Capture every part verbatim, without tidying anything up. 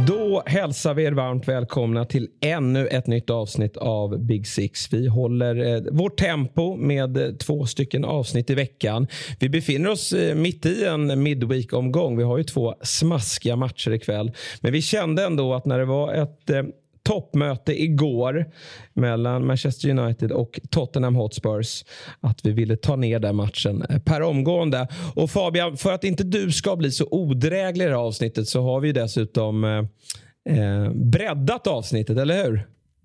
Då hälsar vi er varmt välkomna till ännu ett nytt avsnitt av Big Six. Vi håller eh, vårt tempo med eh, två stycken avsnitt i veckan. Vi befinner oss eh, mitt i en midweek-omgång. Vi har ju två smaskiga matcher ikväll. Men vi kände ändå att när det var ett eh, toppmöte igår mellan Manchester United och Tottenham Hotspurs att vi ville ta ner den matchen per omgående. Och Fabian, för att inte du ska bli så odräglig i det här avsnittet så har vi dessutom eh, breddat avsnittet, eller hur?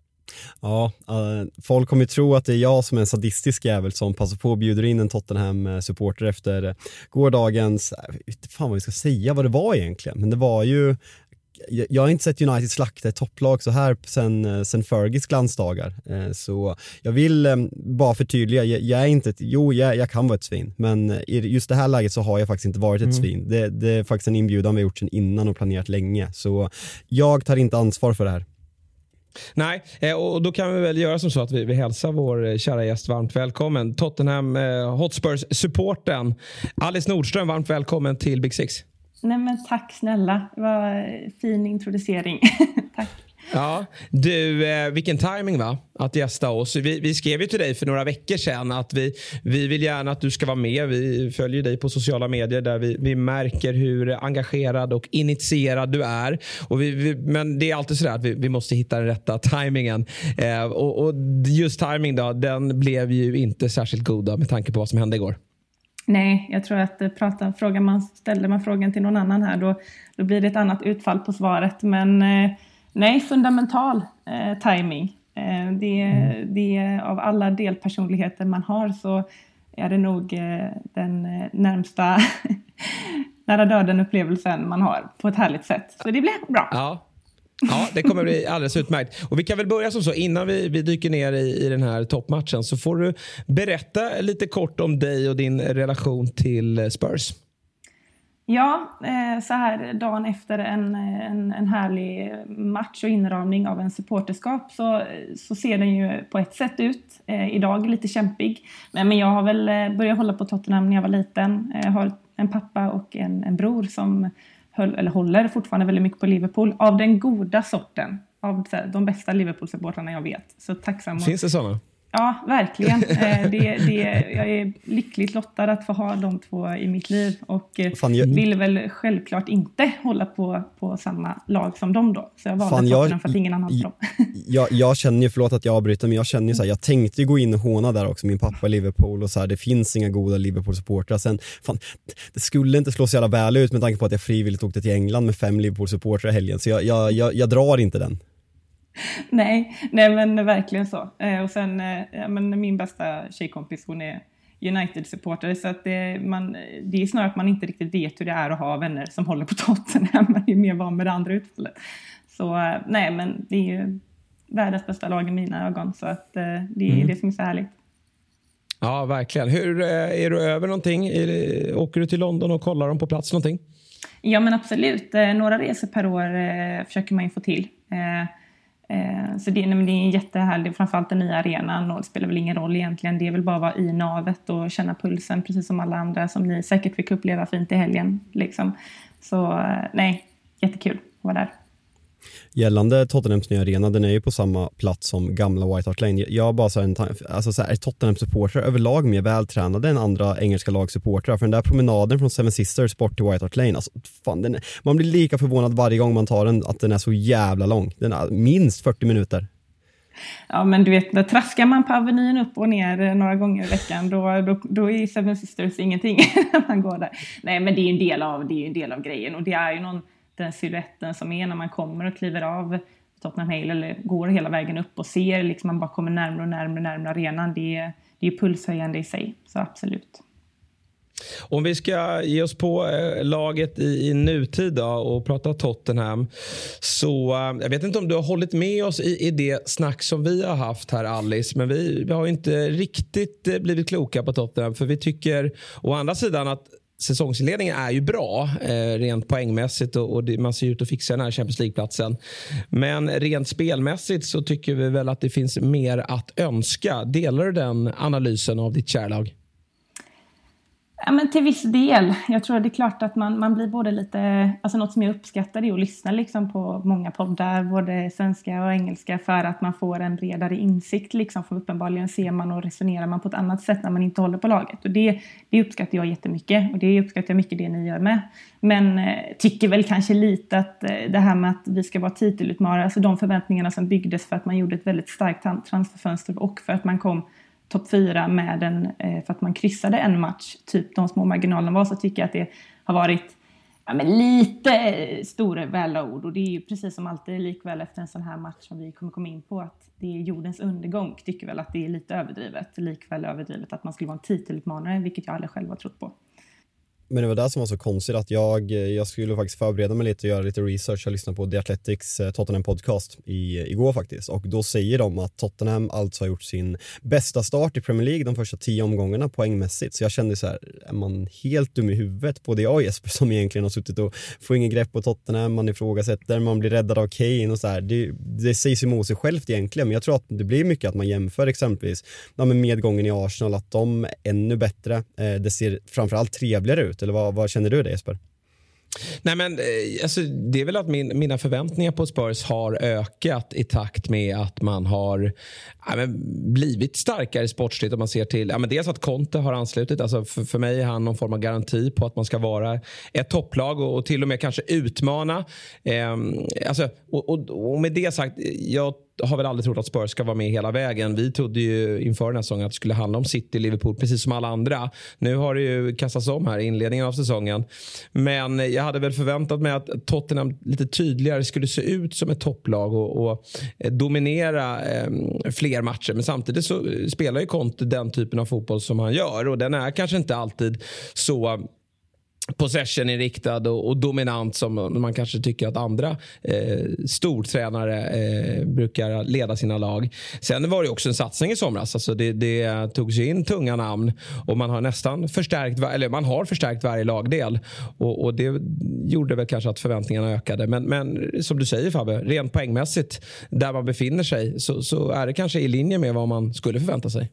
Ja, uh, folk kommer ju tro att det är jag som är en sadistisk jävel som passar på och bjuder in en Tottenham-supporter efter uh, gårdagens, jag vet inte fan vad vi ska säga vad det var egentligen, men det var ju jag har inte sett United slakta ett topplag så här sen, sen Fergies glansdagar. Så jag vill bara förtydliga, jag, jag är inte ett, jo jag, jag kan vara ett svin, men i just det här läget så har jag faktiskt inte varit ett mm. svin. Det, det är faktiskt en inbjudan vi har gjort sedan innan och planerat länge. Så jag tar inte ansvar för det här. Nej, och då kan vi väl göra som så att vi, vi hälsar vår kära gäst varmt välkommen. Tottenham eh, Hotspurs-supporten Alice Nordström, varmt välkommen till Big Six. Nej men tack snälla, det var fin introducering. Tack. Ja, du, eh, vilken timing va? Att gästa oss. Vi, vi skrev ju till dig för några veckor sedan att vi, vi vill gärna att du ska vara med. Vi följer dig på sociala medier där vi, vi märker hur engagerad och initierad du är. Och vi, vi, men det är alltid sådär att vi, vi måste hitta den rätta timingen. Eh, och, och just timing då, den blev ju inte särskilt god med tanke på vad som hände igår. Nej, jag tror att prata, frågar man, ställer man frågan till någon annan här då, då blir det ett annat utfall på svaret. Men eh, nej, fundamental eh, timing. Eh, det, mm. det, av alla delpersonligheter man har så är det nog eh, den eh, närmsta nära döden upplevelsen man har på ett härligt sätt. Så det blir bra. Ja. Ja, det kommer bli alldeles utmärkt. Och vi kan väl börja som så, innan vi, vi dyker ner i, i den här toppmatchen så får du berätta lite kort om dig och din relation till Spurs. Ja, eh, så här dagen efter en, en, en härlig match och inramning av en supporterskap så, så ser den ju på ett sätt ut. Eh, idag lite kämpig. Men, men jag har väl börjat hålla på Tottenham när jag var liten. Jag har en pappa och en, en bror som höll, eller håller fortfarande väldigt mycket på Liverpool. Av den goda sorten. Av de bästa Liverpool-supportrarna jag vet. Så tacksam. Finns det sådana? Ja, verkligen. Det, det, jag är lyckligt lottad att få ha de två i mitt liv. Och fan, jag... vill väl självklart inte hålla på, på samma lag som dem då. Så jag valde fan, jag... för att ingen annan hade dem. jag, jag känner ju, förlåt att jag avbryter, men jag känner ju så här, jag tänkte ju gå in och håna där också. Min pappa är Liverpool och så här, det finns inga goda Liverpool-supportrar. Sen, fan, det skulle inte slå så jävla väl ut med tanke på att jag frivilligt åkte till England med fem Liverpool-supportrar i helgen. Så jag, jag, jag, jag drar inte den. Nej, nej men verkligen så. Eh, och sen, eh, ja, men min bästa tjejkompis, hon är United-supporter. Så att det, man, det är snarare att man inte riktigt vet hur det är att ha vänner som håller på Tottenham. Man är mer van med det andra utfallet. Så eh, nej, men det är ju världens bästa lag i mina ögon. Så att eh, det är mm. det som är så härligt. Ja, verkligen. Hur, är du över någonting? Är, åker du till London och kollar dem på plats någonting? Ja, men absolut. Eh, några resor per år eh, försöker man ju få till. Eh, Så det, det är jättehärligt, framförallt den nya arenan, och det spelar väl ingen roll egentligen. Det är väl bara att vara i navet och känna pulsen precis som alla andra som ni säkert fick uppleva fint i helgen. Liksom. Så nej, jättekul att vara där. Gällande Tottenhams nya arena, den är ju på samma plats som gamla White Hart Lane. Jag bara så här, alltså så här, är Tottenham-supportrar överlag mer vältränade än andra engelska lagsupportrar? För den där promenaden från Seven Sisters bort till White Hart Lane, alltså, fan, den är, man blir lika förvånad varje gång man tar den att den är så jävla lång. Den är minst fyrtio minuter. Ja, men du vet, där traskar man på Avenyn upp och ner några gånger i veckan, då, då, då är Seven Sisters ingenting när man går där. Nej, men det är ju en del av, det är en del av grejen, och det är ju någon den silhuetten som är när man kommer och kliver av Tottenham Hale eller går hela vägen upp och ser liksom man bara kommer närmare och närmare och närmare arenan. Det är, det är pulshöjande i sig, så absolut. Om vi ska ge oss på eh, laget i, i nutid då, och prata Tottenham, så eh, jag vet inte om du har hållit med oss i, i det snack som vi har haft här, Alice, men vi, vi har inte riktigt eh, blivit kloka på Tottenham, för vi tycker å andra sidan att säsongsinledningen är ju bra eh, rent poängmässigt, och, och det, man ser ut att fixa den här Champions League-platsen. Men rent spelmässigt så tycker vi väl att det finns mer att önska. Delar du den analysen av ditt kärlag? Ja, men till viss del. Jag tror att det är klart att man, man blir både lite... Alltså något som jag uppskattar är att lyssna liksom på många poddar, både svenska och engelska, för att man får en bredare insikt. Liksom, för uppenbarligen ser man och resonerar man på ett annat sätt när man inte håller på laget. Och det, det uppskattar jag jättemycket. Och det uppskattar jag mycket det ni gör med. Men eh, tycker väl kanske lite att eh, det här med att vi ska vara titelutmanare, alltså de förväntningarna som byggdes för att man gjorde ett väldigt starkt transferfönster och för att man kom topp fyra med en, för att man kryssade en match, typ de små marginalerna var, så tycker jag att det har varit ja, men lite stora välla ord. Och det är ju precis som alltid likväl efter en sån här match som vi kommer komma in på, att det är jordens undergång, tycker väl att det är lite överdrivet. Likväl överdrivet att man skulle vara en titelutmanare, vilket jag aldrig själv har trott på. Men det var det som var så konstigt att jag, jag skulle faktiskt förbereda mig lite och göra lite research. Jag lyssnade på The Athletics Tottenham podcast i, igår faktiskt. Och då säger de att Tottenham alltså har gjort sin bästa start i Premier League de första tio omgångarna poängmässigt. Så jag kände så här, är man helt dum i huvudet på det jag och Jesper som egentligen har suttit och får ingen grepp på Tottenham. Man ifrågasätter, man blir räddad av Kane och så här. Det, det sägs ju mot sig självt egentligen. Men jag tror att det blir mycket att man jämför exempelvis ja, med medgången i Arsenal, att de är ännu bättre. Eh, det ser framförallt trevligare ut. Eller vad, vad känner du det, Jesper? Nej, men alltså, det är väl att min, mina förväntningar på Spurs har ökat i takt med att man har ja, men, blivit starkare sportsligt. Om man ser till, ja, men dels att Conte har anslutit. Alltså för, för mig är han någon form av garanti på att man ska vara ett topplag och, och till och med kanske utmana. Eh, alltså, och, och, och med det sagt, jag har väl aldrig trott att Spurs ska vara med hela vägen. Vi trodde ju inför den här säsongen att det skulle handla om City, Liverpool, precis som alla andra. Nu har det ju kastats om här i inledningen av säsongen. Men jag hade väl förväntat mig att Tottenham lite tydligare skulle se ut som ett topplag och, och dominera eh, fler matcher. Men samtidigt så spelar ju Conte den typen av fotboll som han gör. Och den är kanske inte alltid så possession-inriktad och, och dominant som man kanske tycker att andra eh, stortränare eh, brukar leda sina lag. Sen var det också en satsning i somras. Alltså det, det tog sig in tunga namn och man har nästan förstärkt, eller man har förstärkt varje lagdel och, och det gjorde väl kanske att förväntningarna ökade. Men, men som du säger, Fabbe, rent poängmässigt där man befinner sig så, så är det kanske i linje med vad man skulle förvänta sig.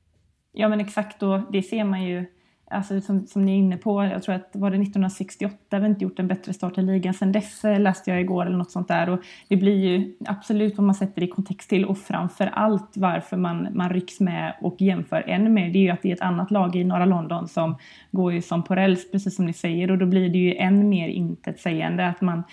Ja, men exakt, och det ser man ju. Alltså som, som ni är inne på, jag tror att var det nittonhundrasextioåtta, vi har inte gjort en bättre start i ligan sen dess, läste jag igår eller något sånt där. Och det blir ju absolut vad man sätter i kontext till, och framför allt varför man, man rycks med och jämför ännu mer. Det är ju att det är ett annat lag i norra London som går ju som på räls, precis som ni säger, och då blir det ju än mer intetsägande att man,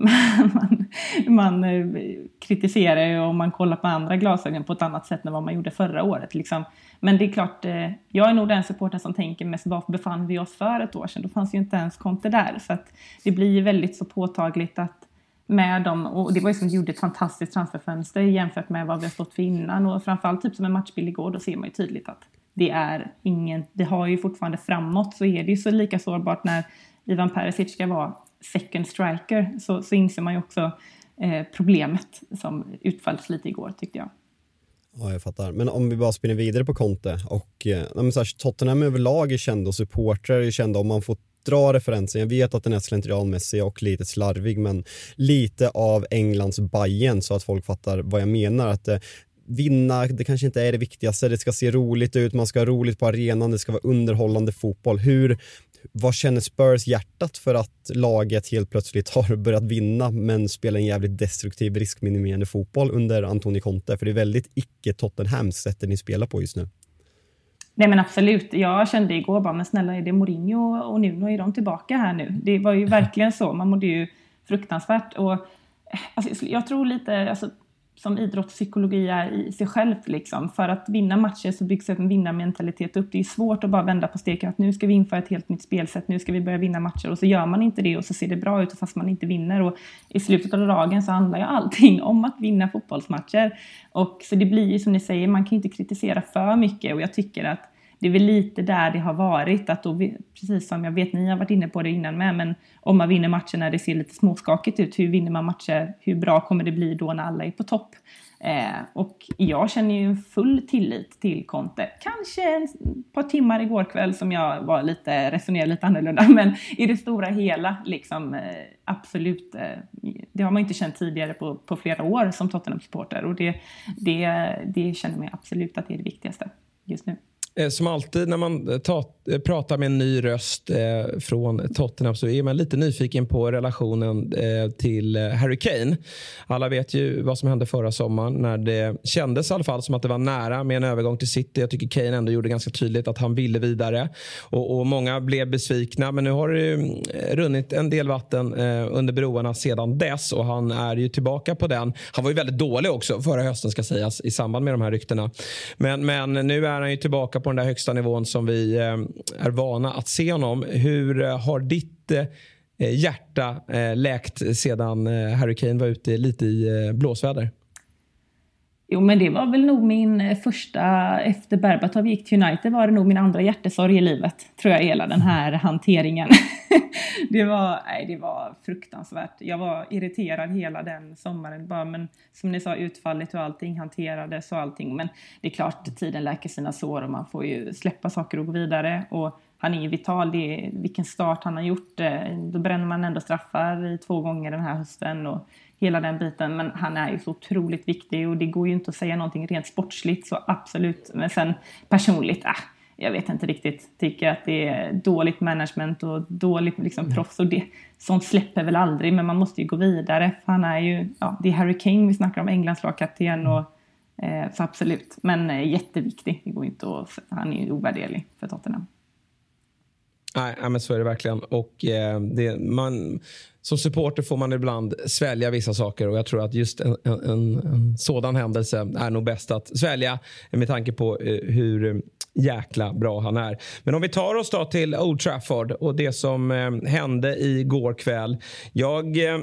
man, man kritiserar och man kollar på andra glasögon på ett annat sätt än vad man gjorde förra året liksom. Men det är klart, jag är nog den supporten som tänker mest, varför befann vi oss för ett år sedan? Då fanns ju inte ens Conte där. Så att det blir ju väldigt så påtagligt att med dem, och det var ju som gjorde ett fantastiskt transferfönster jämfört med vad vi har stått för innan. Och framförallt typ som en matchbild igår, då ser man ju tydligt att det är ingen, det har ju fortfarande framåt, så är det ju så lika sårbart när Ivan Perisic ska vara second striker, så, så inser man ju också eh, problemet som utfalls lite igår, tyckte jag. Ja, jag fattar. Men om vi bara spinner vidare på Conte och eh, så här, Tottenham överlag är kända och supportrar är kända, om man får dra referensen. Jag vet att den är slentrianmässig och lite slarvig, men lite av Englands Bayern, så att folk fattar vad jag menar. Att eh, vinna, det kanske inte är det viktigaste. Det ska se roligt ut, man ska ha roligt på arenan, det ska vara underhållande fotboll. Hur, vad känner Spurs hjärtat för att laget helt plötsligt har börjat vinna men spelar en jävligt destruktiv, riskminimerande fotboll under Antonio Conte? För det är väldigt icke-Tottenhams sättet ni spelar på just nu. Nej, men absolut. Jag kände igår bara, men snälla, är det Mourinho och Nuno, är de tillbaka här nu? Det var ju verkligen så. Man mådde ju fruktansvärt. Och alltså, jag tror lite, alltså, som idrottspsykologi är i sig självt liksom. För att vinna matcher så byggs en vinnarmentalitet upp. Det är svårt att bara vända på steken att nu ska vi införa ett helt nytt spelsätt, nu ska vi börja vinna matcher, och så gör man inte det och så ser det bra ut fast man inte vinner. Och i slutet av dagen så handlar ju allting om att vinna fotbollsmatcher. Och så det blir ju som ni säger, man kan inte kritisera för mycket, och jag tycker att det är väl lite där det har varit, att då, precis som jag vet ni har varit inne på det innan med, men om man vinner matcher när det ser lite småskakigt ut, hur vinner man matcher, hur bra kommer det bli då när alla är på topp? Eh, och jag känner ju full tillit till Conte. Kanske ett par timmar igår kväll som jag var lite, resonerade lite annorlunda, men i det stora hela liksom, eh, absolut, eh, det har man inte känt tidigare på, på flera år som Tottenham-supporter, och det, det, det känner man absolut att det är det viktigaste just nu. Som alltid när man ta, pratar med en ny röst eh, från Tottenham så är man lite nyfiken på relationen eh, till Harry Kane. Alla vet ju vad som hände förra sommaren när det kändes i alla fall som att det var nära med en övergång till City. Jag tycker Kane ändå gjorde ganska tydligt att han ville vidare och, och många blev besvikna, men nu har det ju runnit en del vatten eh, under broarna sedan dess och han är ju tillbaka på den. Han var ju väldigt dålig också förra hösten ska sägas i samband med de här ryktena. Men, men nu är han ju tillbaka på den där högsta nivån som vi eh, är vana att se honom. Hur eh, har ditt eh, hjärta eh, läkt sedan eh, Harry Kane var ute lite i eh, blåsväder? Jo, men det var väl nog min första, efter Berbatov gick till United var det nog min andra hjärtesorg i livet, tror jag, hela den här hanteringen. det var, nej, det var fruktansvärt. Jag var irriterad hela den sommaren, bara, men som ni sa, utfallet och allting hanterades och allting. Men det är klart, tiden läker sina sår och man får ju släppa saker och gå vidare. Och han är ju vital, det är, vilken start han har gjort. Då bränner man ändå straffar i två gånger den här hösten och hela den biten, men han är ju så otroligt viktig och det går ju inte att säga någonting rent sportsligt, så absolut, men sen personligt, äh, jag vet inte riktigt, tycker att det är dåligt management och dåligt liksom proffs och det, sånt släpper väl aldrig, men man måste ju gå vidare, för han är ju, ja, det är Harry Kane vi snackar om, Englands lagkapten och eh, så absolut, men eh, jätteviktig, det går inte att, han är ju ovärderlig för Tottenham. Nej, men så är det verkligen. Och eh, det, man, som supporter får man ibland svälja vissa saker. Och jag tror att just en, en, en sådan händelse är nog bäst att svälja med tanke på eh, hur jäkla bra han är. Men om vi tar oss då till Old Trafford och det som eh, hände igår kväll. Jag... Eh,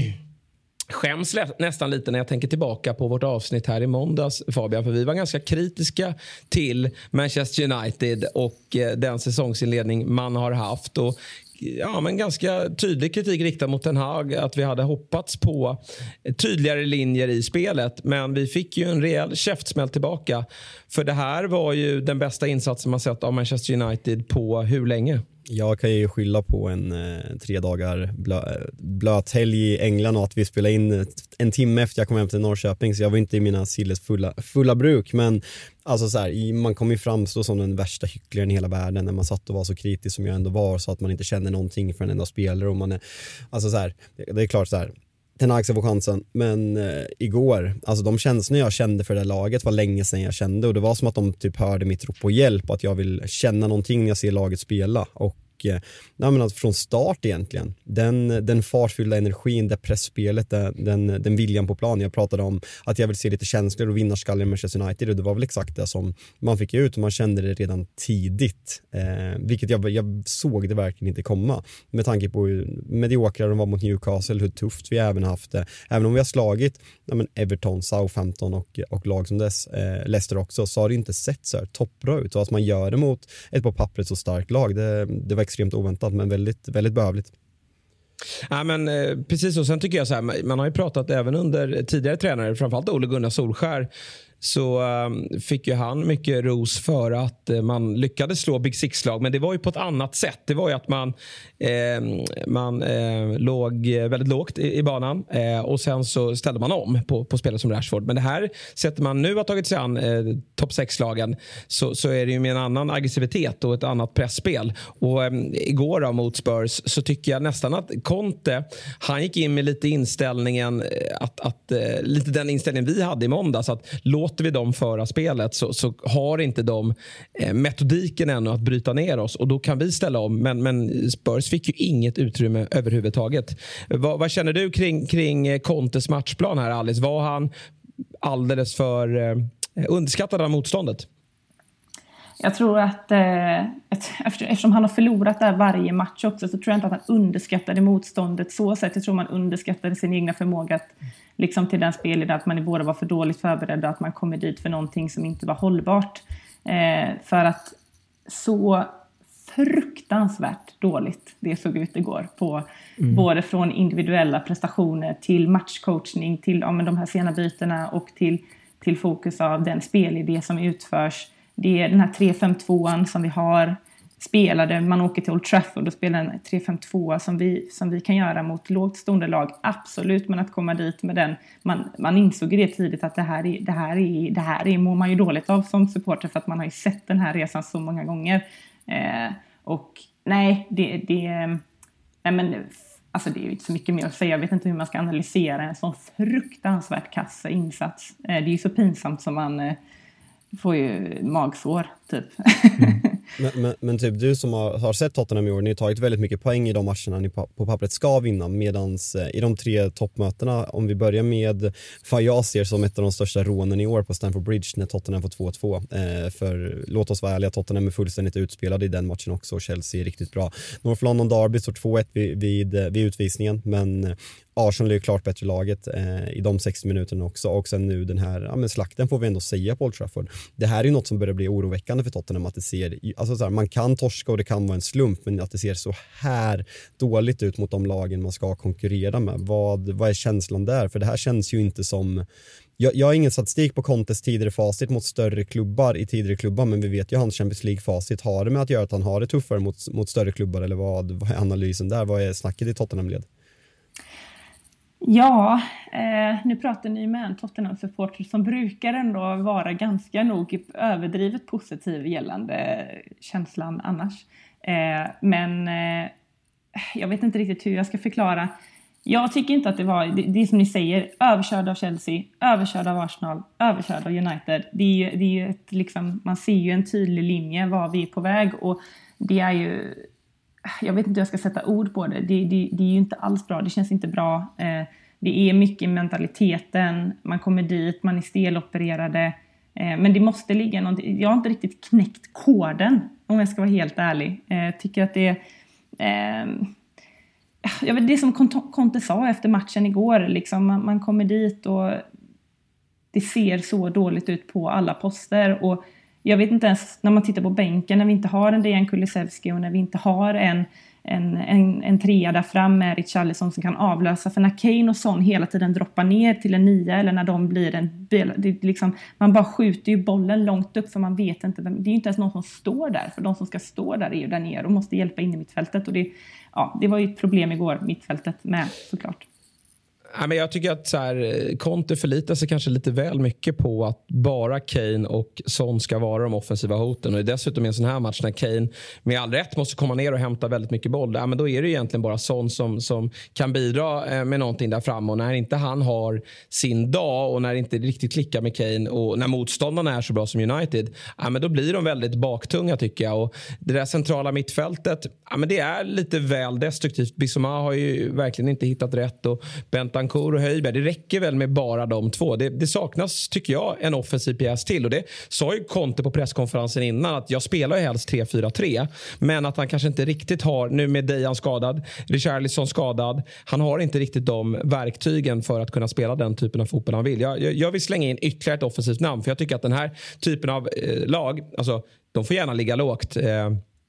skäms nästan lite när jag tänker tillbaka på vårt avsnitt här i måndags, Fabian, för vi var ganska kritiska till Manchester United och eh, den säsongsinledning man har haft och ja, men ganska tydlig kritik riktad mot Ten Hag att vi hade hoppats på tydligare linjer i spelet, men vi fick ju en rejäl käftsmäll tillbaka, för det här var ju den bästa insatsen man sett av Manchester United på hur länge? Jag kan ju skylla på en eh, tre dagar blö, blöt helg i England och att vi spelade in en timme efter jag kom hem till Norrköping, så jag var inte i mina silles fulla, fulla bruk, men alltså så här, man kommer ju framstå som den värsta hycklaren i hela världen när man satt och var så kritisk som jag ändå var, så att man inte känner någonting för en enda spelare och man är, alltså så här, det, det är klart så här, Ten Hag ska få chansen, men eh, igår, alltså de känslor jag kände för det laget var länge sedan jag kände, och det var som att de typ hörde mitt rop på hjälp, att jag vill känna någonting när jag ser laget spela, och nej, men alltså från start egentligen den, den fartfyllda energin, det pressspelet, den, den, den viljan på plan. Jag pratade om att jag vill se lite känslor och vinnarskallar i Manchester United, och det var väl exakt det som man fick ut, och man kände det redan tidigt, eh, vilket jag, jag såg det verkligen inte komma med tanke på hur mediokra de var mot Newcastle, hur tufft vi även haft det, även om vi har slagit ja, men Everton, Southampton och, och lag som dess, eh, Leicester också, så har det inte sett så här toppbra ut, och att man gör det mot ett på pappret så starkt lag, det, det var extremt oväntat, men väldigt, väldigt behövligt. Ja, men eh, precis så. Sen tycker jag så här, man har ju pratat även under tidigare tränare, framförallt Ole Gunnar Solskjær, så um, fick ju han mycket ros för att uh, man lyckades slå Big Six-lag, men det var ju på ett annat sätt. Det var ju att man, eh, man eh, låg väldigt lågt i, i banan eh, och sen så ställde man om på, på spelare som Rashford. Men det här sättet man nu har tagit sig an eh, topp sex-lagen, så, så är det ju med en annan aggressivitet och ett annat pressspel. Och eh, igår då, mot Spurs, så tycker jag nästan att Conte, han gick in med lite inställningen att, att eh, lite den inställningen vi hade i måndags, att låt låter vi dem föra spelet så, så har inte de eh, metodiken ännu att bryta ner oss, och då kan vi ställa om, men, men Spurs fick ju inget utrymme överhuvudtaget. Va, vad känner du kring, kring Contes matchplan här, Alice? Var han alldeles för eh, underskattad av motståndet? Jag tror att eh, eftersom han har förlorat där varje match också, så tror jag inte att han underskattade motståndet så sätt. Jag tror man underskattade sin egna förmåga att, liksom till den spelidén, att man i båda var för dåligt förberedda, att man kommer dit för någonting som inte var hållbart. Eh, för att så fruktansvärt dåligt det såg ut igår, på mm. både från individuella prestationer till matchcoachning, till ja, men de här sena bytena och till, till fokus av den spelidé som utförs. Det är den här tre fem tvåan som vi har, spelade, man åker till Old Trafford och spelar en tre fem två som vi, som vi kan göra mot lågt stående lag, absolut, men att komma dit med den, man, man insåg i det tidigt att det här, är, det, här är, det här är, mår man ju dåligt av som supporter, för att man har ju sett den här resan så många gånger. Eh, och nej, det, det nej men alltså det är ju inte så mycket mer att säga. Jag vet inte hur man ska analysera en sån fruktansvärt kass insats. Eh, det är ju så pinsamt som man eh, får ju magsår typ. Mm. Men, men, men typ du som har, har sett Tottenham i år, ni har tagit väldigt mycket poäng i de matcherna ni på, på pappret ska vinna, medans eh, i de tre toppmötena, om vi börjar med vad jag ser som ett av de största rånen i år på Stamford Bridge när Tottenham får två två, eh, för låt oss vara ärliga, Tottenham är fullständigt utspelade i den matchen också och Chelsea är riktigt bra. North London Derby står två ett vid, vid, vid utvisningen, men Arsenal är ju klart bättre laget eh, i de sextio minuterna också, och sen nu den här ja, men slakten får vi ändå säga på Old Trafford. Det här är ju något som börjar bli oroväckande för Tottenham, att det ser, alltså så här, man kan torska och det kan vara en slump, men att det ser så här dåligt ut mot de lagen man ska konkurrera med. Vad, vad är känslan där? För det här känns ju inte som, jag, jag har ingen statistik på Contes tidigare facit mot större klubbar i tidigare klubbar, men vi vet ju hans Champions League-facit. Har det med att göra att han har det tuffare mot, mot större klubbar, eller vad, vad är analysen där? Vad är snacket i Tottenham-led? Ja, eh, nu pratar ni med en Tottenham-supporter som brukar ändå vara ganska nog överdrivet positiv gällande känslan annars. Eh, men eh, jag vet inte riktigt hur jag ska förklara. Jag tycker inte att det var, det, det är som ni säger, överkörd av Chelsea, överkörd av Arsenal, överkörd av United. Det är ju, det är ju ett, liksom, man ser ju en tydlig linje var vi är på väg, och det är ju, jag vet inte hur jag ska sätta ord på det. Det, det, det är ju inte alls bra. Det känns inte bra. Eh, det är mycket i mentaliteten. Man kommer dit, man är stelopererade. Eh, men det måste ligga någonting. Jag har inte riktigt knäckt koden, om jag ska vara helt ärlig. Jag eh, tycker att det är... Eh, jag vet, det är som Conte sa efter matchen igår. Liksom, man, man kommer dit och det ser så dåligt ut på alla poster. Och jag vet inte ens, när man tittar på bänken, när vi inte har en Dejan Kulusevski och när vi inte har en, en, en, en trea där fram med Richarlison som kan avlösa. För när Kane och Son hela tiden droppar ner till en nia, eller när de blir en... Det liksom, man bara skjuter ju bollen långt upp, för man vet inte. Det är ju inte ens någon som står där. För de som ska stå där är ju där nere och måste hjälpa in i mittfältet. Och det, ja, det var ju ett problem igår, mittfältet med, såklart. Ja, men jag tycker att så här, Conte förlitar sig kanske lite väl mycket på att bara Kane och Son ska vara de offensiva hoten. Och dessutom i en sån här match när Kane med all rätt måste komma ner och hämta väldigt mycket boll, ja, men då är det egentligen bara Son som, som kan bidra med någonting där framme. Och när inte han har sin dag och när det inte riktigt klickar med Kane och när motståndarna är så bra som United, ja, men då blir de väldigt baktunga, tycker jag. Och det där centrala mittfältet, ja, men det är lite väl destruktivt. Bissouma har ju verkligen inte hittat rätt, och Bentancur och Höjberg, det räcker väl med bara de två. Det, det saknas, tycker jag, en offensiv pjäs till, och det sa ju Conte på presskonferensen innan, att jag spelar ju helst tre fyra tre, men att han kanske inte riktigt har, nu med Dejan skadad, Richarlison skadad, han har inte riktigt de verktygen för att kunna spela den typen av fotboll han vill. Jag, jag, jag vill slänga in ytterligare ett offensivt namn, för jag tycker att den här typen av eh, lag, alltså de får gärna ligga lågt, eh,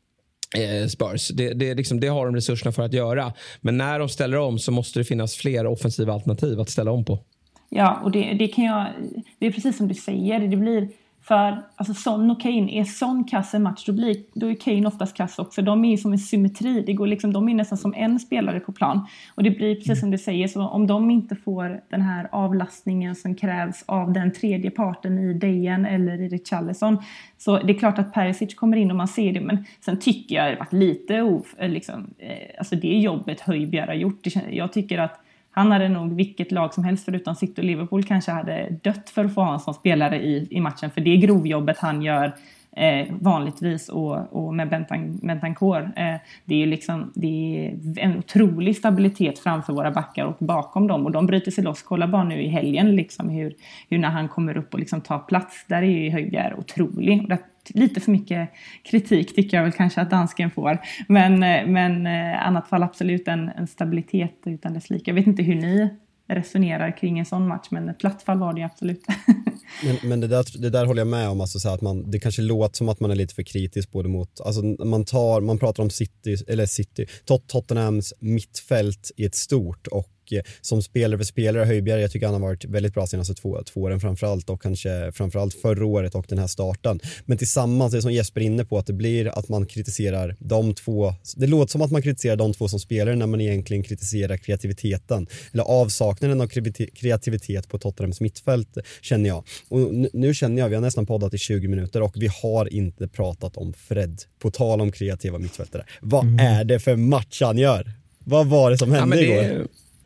Spurs. Det, det, liksom, det har de resurserna för att göra. Men när de ställer om så måste det finnas fler offensiva alternativ att ställa om på. Ja, och det, det kan jag... Det är precis som du säger. Det blir... För alltså Son och Kane, är Son kass en match, då, blir, då är Kane oftast kass också. De är ju som en symmetri. Det går liksom, de är nästan som en spelare på plan. Och det blir precis som du säger. Så om de inte får den här avlastningen som krävs av den tredje parten i Dejan eller i Richarlison, så det är klart att Perisic kommer in och man ser det. Men sen tycker jag det har varit lite of, liksom, eh, alltså det jobbet Höjbjerg har gjort. Det, jag tycker att han hade nog vilket lag som helst förutom City och Liverpool kanske hade dött för att få ha en som spelare i, i matchen. För det grovjobbet han gör eh, vanligtvis och, och med Bentan, Bentancur. Eh, det är ju liksom, det är en otrolig stabilitet framför våra backar och bakom dem. Och de bryter sig loss. Kolla bara nu i helgen liksom hur, hur när han kommer upp och liksom tar plats. Där är ju Höjbjerg otrolig. Och det, lite för mycket kritik tycker jag väl kanske att dansken får. Men, men eh, annat fall absolut en, en stabilitet utan dess like. Jag vet inte hur ni resonerar kring en sån match, men ett platt fall var det absolut. men men det, där, det där håller jag med om. Alltså, så att man, det kanske låter som att man är lite för kritisk både mot, alltså, man, tar, man pratar om City, eller City, Tot- Tottenhams mittfält i ett stort, och eh, som spelare för spelare Höjbjerg, jag tycker han har varit väldigt bra senaste två, två åren framförallt och kanske framförallt förra året och den här starten. Men tillsammans, det som Jesper är inne på, att det blir att man kritiserar de två, det låter som att man kritiserar de två som spelare när man egentligen kritiserar kreativiteten eller avsaknaden av kreativitet på Tottenhams mittfält, känner jag. Och nu känner jag, vi har nästan poddat i tjugo minuter och vi har inte pratat om Fred, på tal om kreativa mittfältare. Vad mm. är det för match han gör? Vad var det som hände ja, igår?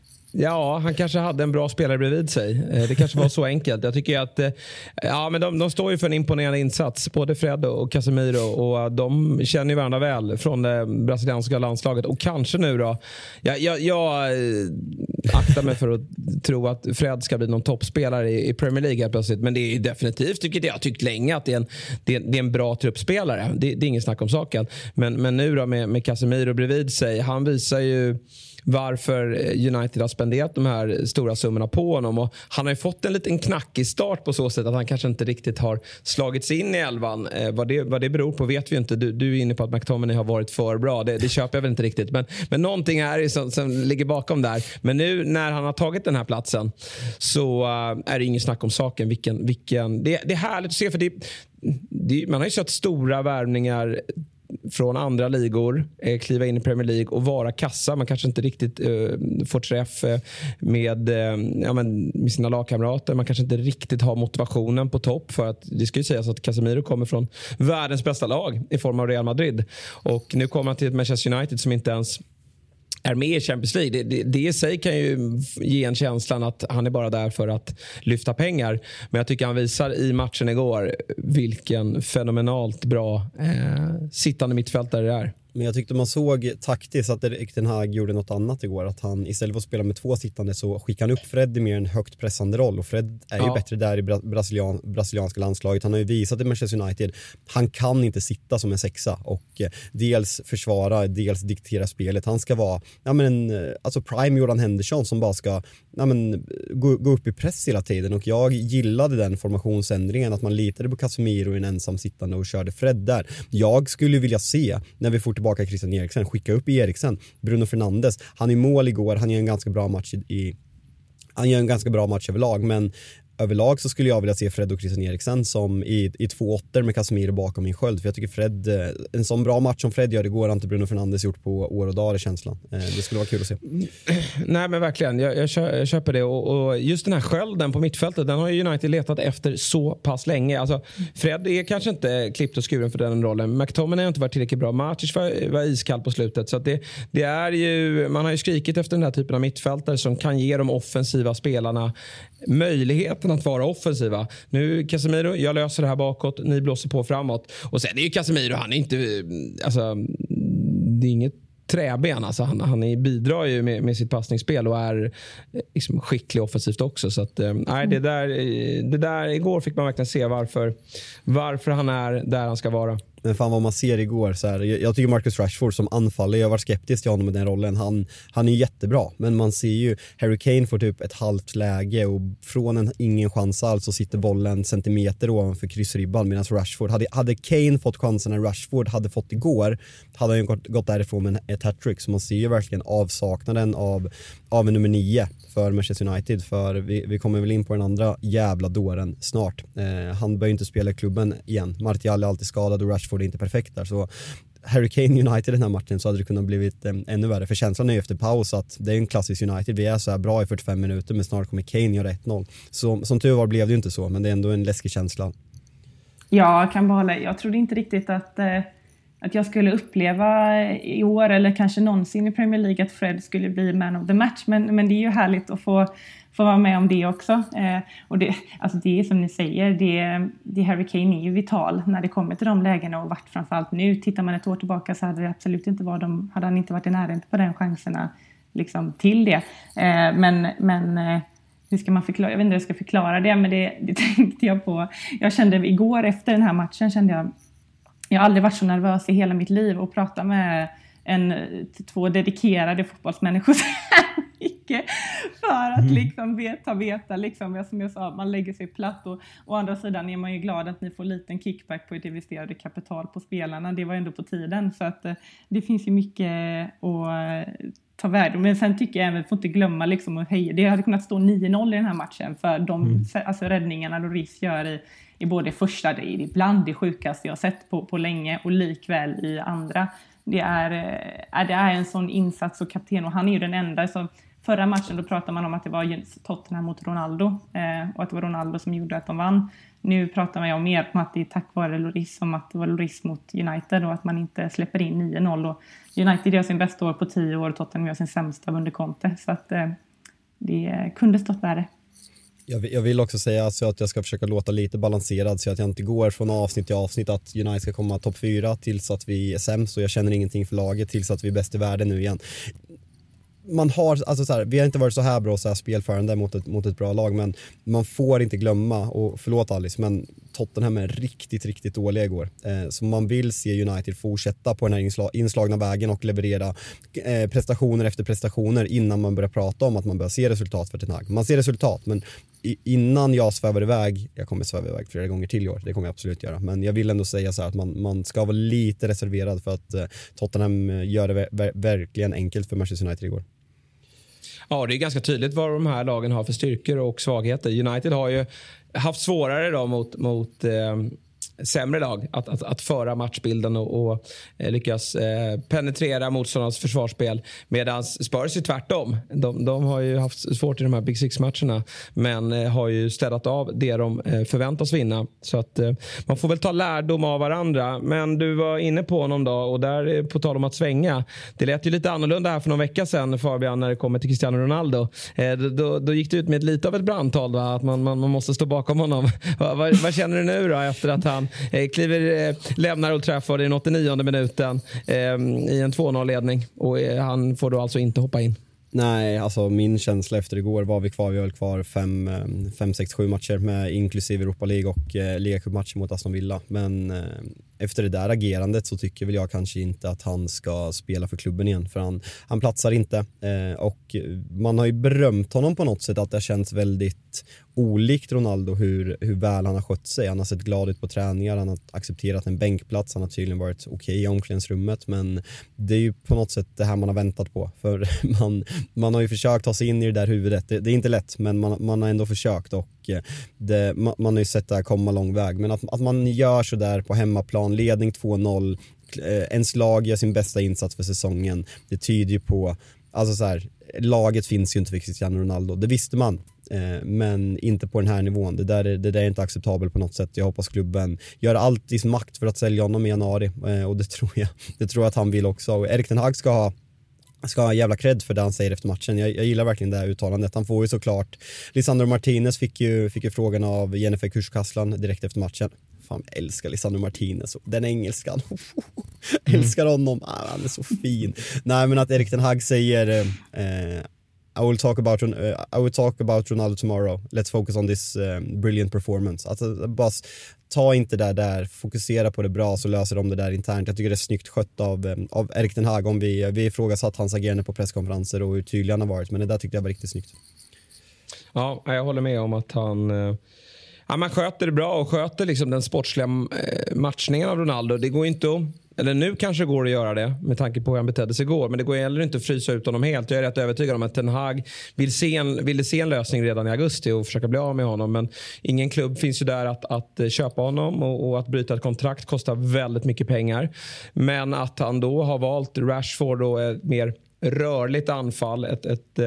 Ja, han kanske hade en bra spelare bredvid sig. Det kanske var så enkelt. Jag tycker att ja, men de, de står ju för en imponerande insats, både Fred och Casemiro, och de känner ju varandra väl från det brasilianska landslaget. Och kanske nu då, jag, jag, jag aktar mig för att tro att Fred ska bli någon toppspelare i, i Premier League helt plötsligt, men det är definitivt, tycker jag, jag tyckt länge att det är en, det är, det är en bra truppspelare. Det, det är ingen snack om saken. Men, men nu då med, med Casemiro bredvid sig, han visar ju varför United har spenderat de här stora summorna på honom, och han har ju fått en liten knackig start på så sätt att han kanske inte riktigt har slagits in i elvan. Eh, vad, det, vad det beror på vet vi inte. Du, du är inne på att McTominay har varit för bra. Det, det köper jag väl inte riktigt, men, men någonting är det som, som ligger bakom där. Men nu när han har tagit den här platsen så uh, är det ingen snack om saken. Vilken, vilken, det, det är härligt att se, för det, det, man har ju sett stora värvningar från andra ligor, eh, kliva in i Premier League och vara kassa. Man kanske inte riktigt eh, får träff eh, med, eh, ja, men, med sina lagkamrater. Man kanske inte riktigt har motivationen på topp, för att det ska ju sägas att Casemiro kommer från världens bästa lag i form av Real Madrid. Och nu kommer han till ett Manchester United som inte ens är med i Champions League. Det, det, det i sig kan ju ge en känslan att han är bara där för att lyfta pengar. Men jag tycker han visar i matchen igår vilken fenomenalt bra eh, sittande mittfältare det är. Men jag tyckte man såg taktiskt att den här gjorde något annat igår. Att han istället för att spela med två sittande så skickade han upp Fred i mer en högt pressande roll. Och Fred är ja. ju bättre där i brasilian, brasilianska landslaget. Han har ju visat i Manchester United. Han kan inte sitta som en sexa och eh, dels försvara, dels diktera spelet. Han ska vara ja, men, alltså prime Jordan Henderson som bara ska ja, men, gå, gå upp i press hela tiden. Och jag gillade den formationsändringen, att man litade på Casemiro i en ensam sittande och körde Fred där. Jag skulle vilja se, när vi får tillbaka Christian Eriksen, skicka upp Eriksen, Bruno Fernandes, han är mål igår, han gör en ganska bra match i, i han gör en ganska bra match överlag, men överlag så skulle jag vilja se Fred och Christian Eriksen som i, i två åttor med Casemiro bakom min sköld, för jag tycker Fred, en sån bra match som Fred gör igår har inte Bruno Fernandes gjort på år och dagar i känslan. Det skulle vara kul att se. Nej men verkligen, jag, jag, köper, jag köper det, och, och just den här skölden på mittfältet, den har ju United letat efter så pass länge. Alltså, Fred är kanske inte klippt och skuren för den rollen. McTominay har inte varit tillräckligt bra. Matic var, var iskall på slutet, så att det, det är ju, man har ju skrikit efter den här typen av mittfältare som kan ge de offensiva spelarna möjligheten att vara offensiva. Nu Casemiro, jag löser det här bakåt, ni blåser på framåt. Och sen är ju Casemiro, han är inte, alltså det är inget träben, alltså han, han är, bidrar ju med, med sitt passningsspel och är liksom skicklig offensivt också, så att nej, det där det där igår fick man verkligen se varför varför han är där han ska vara. Men fan vad man ser igår så här, jag, jag tycker Marcus Rashford som anfaller, jag var skeptisk till honom med den rollen, han, han är jättebra, men man ser ju Harry Kane får typ ett halvt läge och från en ingen chans alls så sitter bollen centimeter ovanför kryssribban, medan Rashford, hade, hade Kane fått chansen när Rashford hade fått igår, hade han ju gått, gått därifrån med ett hattrick, så man ser ju verkligen avsaknaden av, av en nummer nio för Manchester United, för vi, vi kommer väl in på den andra jävla dåren snart. Eh, han bör ju inte spela i klubben igen, Martial är alltid skadad och Rashford är inte perfekt där, så Harry Kane United den här matchen så hade det kunnat blivit eh, ännu värre, för känslan är ju efter paus att det är en klassisk United, vi är så här bra i fyrtiofem minuter men snart kommer Kane göra ett noll, så som tur var blev det ju inte så, men det är ändå en läskig känsla. Ja, jag kan bara hålla, jag trodde inte riktigt att eh, att jag skulle uppleva i år eller kanske någonsin i Premier League att Fred skulle bli man of the match, men, men det är ju härligt att få få vara med om det också. Eh, och det, alltså det är som ni säger, det, det Harry Kane är ju vital när det kommer till de lägena, och vart framförallt nu. Tittar man ett år tillbaka så hade det absolut inte varit de, hade han inte varit i närheten på den chanserna liksom, till det. Eh, men men eh, hur ska man förklara? Jag vet inte hur jag ska förklara det, men det, det tänkte jag på. Jag kände igår efter den här matchen kände jag, jag har aldrig varit så nervös i hela mitt liv och prata med en, två dedikerade fotbollsmänniskor så mycket för att liksom veta, veta liksom, som jag sa, man lägger sig platt, och å andra sidan är man ju glad att ni får liten kickback på ett investerade kapital på spelarna, det var ändå på tiden, så att det finns ju mycket att ta värde. Men sen tycker jag även, får inte glömma liksom att höja. Det hade kunnat stå nio noll i den här matchen för de mm. alltså, räddningarna Lloris gör i, i både första, det är ibland det sjukaste jag har sett på, på länge och likväl i andra. Det är, äh, det är en sån insats och kapten, och han är ju den enda. Så förra matchen då pratade man om att det var Tottenham mot Ronaldo eh, och att det var Ronaldo som gjorde att de vann. Nu pratar man ju mer om att det är tack vare Lloris, som att det var Lloris mot United och att man inte släpper in nio noll. Och United gör sin bästa år på tio år och Tottenham gör sin sämsta under Conte. Så att eh, det kunde stått värre. Jag vill också säga alltså att jag ska försöka låta lite balanserad så att jag inte går från avsnitt till avsnitt att United ska komma topp fyra tills att vi är sämst och jag känner ingenting för laget tills att vi är bäst i världen nu igen. Man har, alltså så här, vi har inte varit så här bra så här spelförande mot ett, mot ett bra lag, men man får inte glömma, och förlåt Alice, men Tottenham är riktigt, riktigt dåliga igår. Eh, så man vill se United fortsätta på den här insla, inslagna vägen och leverera eh, prestationer efter prestationer innan man börjar prata om att man börjar se resultat för Ten Hag. Man ser resultat, men i, innan jag svävar iväg, jag kommer sväva iväg flera gånger till i år, det kommer jag absolut göra, men jag vill ändå säga så här att man, man ska vara lite reserverad för att eh, Tottenham gör det ver- verkligen enkelt för Manchester United igår. Ja, det är ganska tydligt vad de här lagen har för styrkor och svagheter. United har ju haft svårare då mot, mot eh, sämre lag att, att, att föra matchbilden och, och eh, lyckas eh, penetrera motståndarnas försvarsspel. Medan Spurs är tvärtom. De, de har ju haft svårt i de här Big Six-matcherna, men eh, har ju städat av det de eh, förväntas vinna. Så att eh, man får väl ta lärdom av varandra. Men du var inne på honom då, och där på tal om att svänga. Det lät ju lite annorlunda här för någon vecka sedan, Fabian, när det kommer till Cristiano Ronaldo. Eh, då, då gick det ut med ett lite av ett brandtal, va? Att man, man, man måste stå bakom honom. vad, vad, vad känner du nu då efter att han Eh, kliver, eh, lämnar Old Trafford i den åttionionde minuten eh, i en två noll-ledning och eh, han får då alltså inte hoppa in? Nej, alltså min känsla efter igår var vi kvar, vi höll kvar fem, fem, sex, sju matcher med inklusive Europa League och eh, ligacupmatcher mot Aston Villa. Men eh, efter det där agerandet så tycker väl jag kanske inte att han ska spela för klubben igen, för han, han platsar inte. Eh, och man har ju berömt honom på något sätt att det känns väldigt olikt Ronaldo hur, hur väl han har skött sig. Han har sett glad ut på träningar, han har accepterat en bänkplats, han har tydligen varit okej okay i omklädningsrummet, men det är ju på något sätt det här man har väntat på, för man, man har ju försökt ta sig in i det där huvudet. Det, det är inte lätt, men man, man har ändå försökt, och det, man, man har ju sett det här komma lång väg. Men att, att man gör så där på hemmaplan, ledning två noll, ens lag gör sin bästa insats för säsongen, det tyder ju på, alltså så här, laget finns ju inte för Cristiano Ronaldo, det visste man. Men inte på den här nivån. Det där, är, det där är inte acceptabelt på något sätt. Jag hoppas klubben gör allt i sin makt för att sälja honom i januari, och det tror jag, det tror jag att han vill också. Och Erik Ten Hag ska ha ska ha jävla cred för det han säger efter matchen. Jag, jag gillar verkligen det här uttalandet. Han får ju såklart, Lisandro Martinez fick ju, fick ju frågan av Jennifer Kurskas-Kaslan direkt efter matchen. Fan, jag älskar Lisandro Martinez, den engelskan. Älskar honom, ah, han är så fin. Nej, men att Erik Ten Hag säger eh, I will talk about uh, I will talk about Ronaldo tomorrow. Let's focus on this um, brilliant performance. Alltså, bara ta inte det där, fokusera på det bra, så löser de det där internt. Jag tycker det är snyggt skött av, um, av Erik Ten Hag. Om vi, vi ifrågasatt hans agerande på presskonferenser och hur tydlig han har varit, men det där tyckte jag var riktigt snyggt. Ja, jag håller med om att han... Uh... Ja, man sköter det bra och sköter liksom den sportsliga matchningen av Ronaldo. Det går inte att, eller nu kanske går det att göra det med tanke på hur han betedde sig igår, men det går heller inte att frysa ut honom helt. Jag är rätt övertygad om att Ten Hag vill se en, ville se en lösning redan i augusti och försöka bli av med honom, men ingen klubb finns ju där att, att köpa honom, och, och att bryta ett kontrakt kostar väldigt mycket pengar. Men att han då har valt Rashford och ett mer rörligt anfall, ett, ett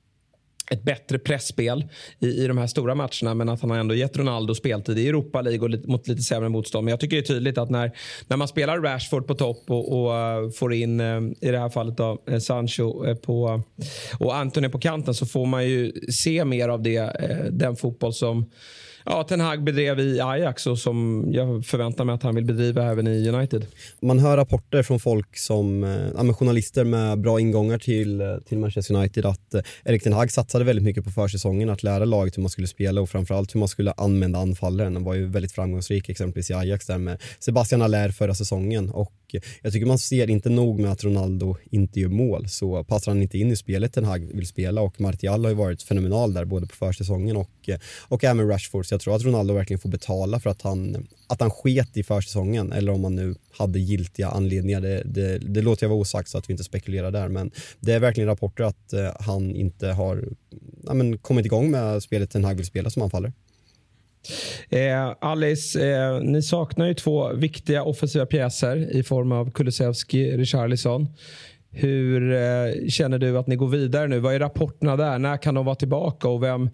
ett bättre pressspel i, i de här stora matcherna, men att han har ändå gett Ronaldo speltid i Europa League och lite, mot lite sämre motstånd. Men jag tycker det är tydligt att när, när man spelar Rashford på topp och, och uh, får in uh, i det här fallet då, uh, Sancho uh, på, och Antony på kanten, så får man ju se mer av det, uh, den fotboll som ja, Ten Hag bedrev i Ajax och som jag förväntar mig att han vill bedriva även i United. Man hör rapporter från folk som äh, journalister med bra ingångar till, till Manchester United att äh, Erik Ten Hag satsade väldigt mycket på försäsongen att lära laget hur man skulle spela och framförallt hur man skulle använda anfallaren. Han var ju väldigt framgångsrik exempelvis i Ajax där med Sebastian Haller förra säsongen, och jag tycker man ser inte nog med att Ronaldo inte gör mål, så passar han inte in i spelet Ten Hag vill spela, och Martial har ju varit fenomenal där både på försäsongen och, och även Rashford. jag tror att Ronaldo verkligen får betala för att han, att han sket i försäsongen, eller om man nu hade giltiga anledningar. Det, det, det låter jag vara osagt så att vi inte spekulerar där, men det är verkligen rapporter att eh, han inte har ja, men, kommit igång med spelet Ten Hag vill spela som anfaller. Eh, Alice, eh, ni saknar ju två viktiga offensiva pjäser i form av Kulusevski, Richarlison. Hur eh, känner du att ni går vidare nu? Vad är rapporterna där? När kan de vara tillbaka och vem,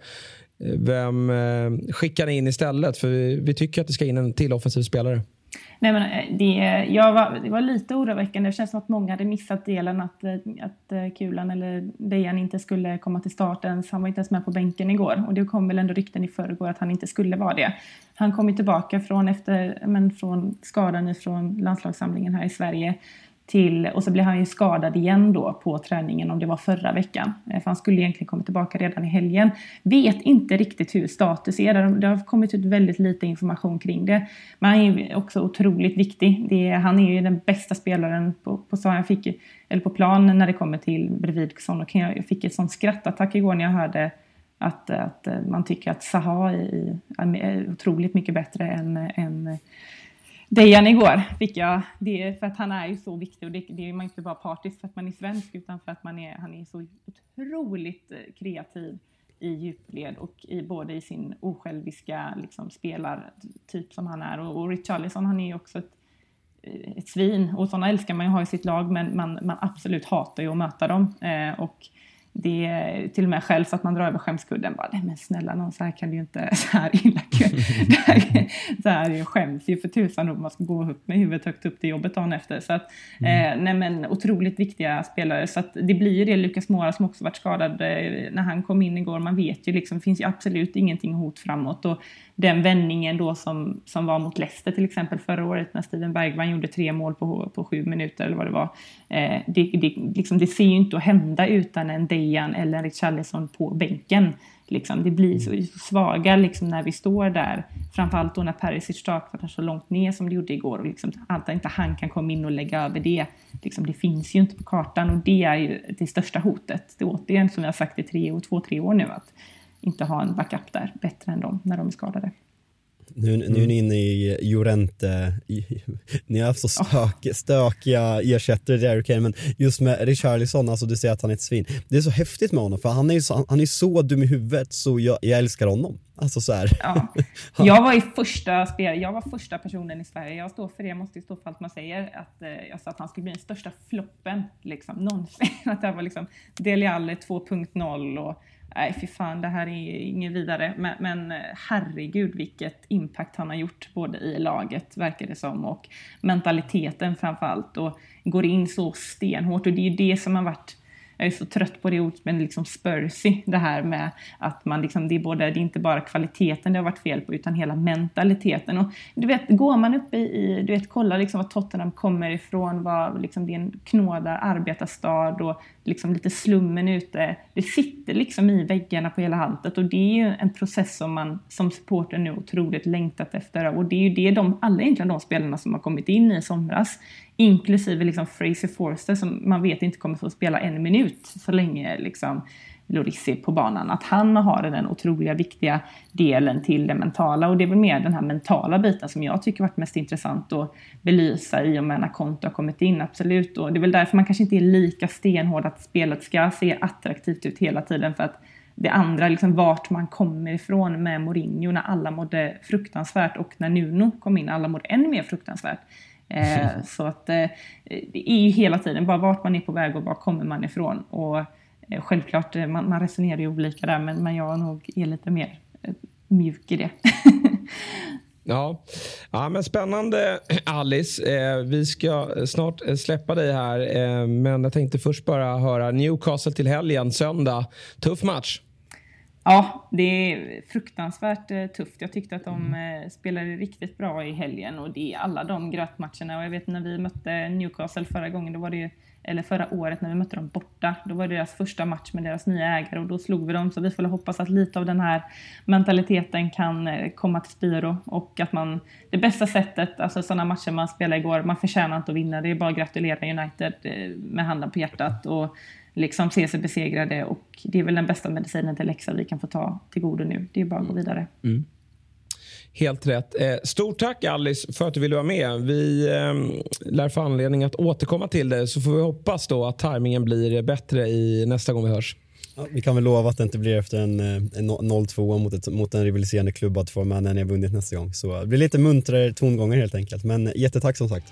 vem eh, skickar ni in istället? För vi, vi tycker att det ska in en till offensiv spelare. Nej, men det, jag var, det var lite oroväckande. Det känns som att många hade missat delen att, att Kulan eller Dejan inte skulle komma till start ens. Han var inte ens med på bänken igår. Och det kom väl ändå rykten i förrgår att han inte skulle vara det. Han kom ju tillbaka från, efter, men från skadan från landslagssamlingen här i Sverige. Till, och så blev han ju skadad igen då på träningen, om det var förra veckan. För han skulle egentligen komma tillbaka redan i helgen. Vet inte riktigt hur status är. Det har kommit ut väldigt lite information kring det. Men han är också otroligt viktig. Det är, han är ju den bästa spelaren på, på, så jag fick, eller på plan när det kommer till Bredvidson. Och jag fick ett sånt skrattattack igår när jag hörde att, att man tycker att Zaha är, är otroligt mycket bättre än... än Dejan igår fick jag det, för att han är ju så viktig, och det, det är man inte bara partisk för att man är svensk, utan för att man är, han är så otroligt kreativ i djupled och i, både i sin osjälviska liksom, spelartyp som han är, och, och Richarlison, han är ju också ett, ett svin, och sådana älskar man ju ha i sitt lag, men man, man absolut hatar ju att möta dem eh, och det är till och med själv så att man drar över skämskudden. Bara, nej men snälla någon, så här kan det ju inte, så här illa kul. Så här är skäms ju för tusan om man ska gå upp med huvudet högt upp till jobbet dagen efter. Så att, mm. eh, nej men otroligt viktiga spelare. Så att det blir ju det. Lucas Moura som också varit skadad eh, när han kom in igår. Man vet ju liksom, det finns ju absolut ingenting hot framåt. Och den vändningen då som, som var mot Leicester till exempel förra året när Steven Bergwijn gjorde tre mål på, på sju minuter eller vad det var. Eh, det, det, liksom, det ser ju inte att hända utan en Dejan eller en Richarlison på bänken. Liksom, det blir så, så svaga liksom, när vi står där. Framförallt då när Perisic startar så långt ner som det gjorde igår. Och liksom, allt inte han kan komma in och lägga över det. Liksom, det finns ju inte på kartan, och det är ju det största hotet. Det är återigen som jag har sagt i tre, och två, tre år nu, att inte ha en backup där bättre än dem när de är skadade. Nu, nu är ni inne i Llorente, ni har haft så stök, stökiga ersättare där, okay, men just med Richarlison, alltså du säger att han är ett svin. Det är så häftigt med honom, för han är ju så, han är så dum i huvudet, så jag, jag älskar honom. Alltså så här. Ja. Jag var i första spel, jag var första personen i Sverige. Jag står för det, jag måste ju stå för allt man säger, att eh, jag sa att han skulle bli den största floppen liksom någonsin. Att det var liksom Dele Alli två punkt noll och nej, fy fan, det här är ingen vidare. Men, men herregud vilket impact han har gjort både i laget, verkar det som, och mentaliteten framförallt. Och går in så stenhårt, och det är ju det som har varit, jag är så trött på det ordet, men liksom Spursy, det här med att man liksom, det är både, det är inte bara kvaliteten det har varit fel på, utan hela mentaliteten. Och du vet, går man upp i, du vet, kolla liksom vad Tottenham kommer ifrån, vad liksom, det är en knåda arbetarstad och liksom lite slummen ute, det sitter liksom i väggarna på hela haltet, och det är ju en process som man som supporter nu otroligt längtat efter, och det är ju det de, alla egentligen de spelarna som har kommit in i somras, inklusive liksom Fraser Forster som man vet inte kommer att spela en minut så länge liksom Lloris är på banan, att han har den otroliga viktiga delen till det mentala, och det är väl mer den här mentala biten som jag tycker varit mest intressant att belysa i och med när Conte har kommit in, absolut, och det är väl därför man kanske inte är lika stenhård att spelet ska se attraktivt ut hela tiden, för att det andra, liksom vart man kommer ifrån med Mourinho när alla mådde fruktansvärt, och när Nuno kom in alla mådde ännu mer fruktansvärt. Eh, så att eh, det är ju hela tiden bara vart man är på väg och var kommer man ifrån, och eh, självklart man, man resonerar ju olika där, men, men jag nog är lite mer eh, mjuk i det. Ja. Ja, men spännande Alice. Eh, vi ska snart släppa dig här, eh, men jag tänkte först bara höra Newcastle till helgen, söndag. Tuff match. Ja, det är fruktansvärt eh, tufft. Jag tyckte att de eh, spelade riktigt bra i helgen, och det är alla de grötmatcherna. Och jag vet när vi mötte Newcastle förra gången, då var det ju, eller förra året när vi mötte dem borta, då var det deras första match med deras nya ägare, och då slog vi dem. Så vi får hoppas att lite av den här mentaliteten kan eh, komma till spiro, och att man, det bästa sättet, alltså sådana matcher man spelade igår, man förtjänar inte att vinna, det är bara att gratulera United eh, med handen på hjärtat och liksom se sig besegrade, och det är väl den bästa medicinen till läxa vi kan få ta till godo nu. Det är bara att gå vidare. Mm. Helt rätt. Eh, stort tack Alice för att du ville vara med. Vi eh, lär få anledning att återkomma till det, så får vi hoppas då att tajmingen blir bättre i nästa gång vi hörs. Ja, vi kan väl lova att det inte blir efter en, en noll två mot, ett, mot en rivaliserande klubb att få med när ni har vunnit nästa gång. Så det blir lite muntrare tongångar helt enkelt. Men jättetack som sagt.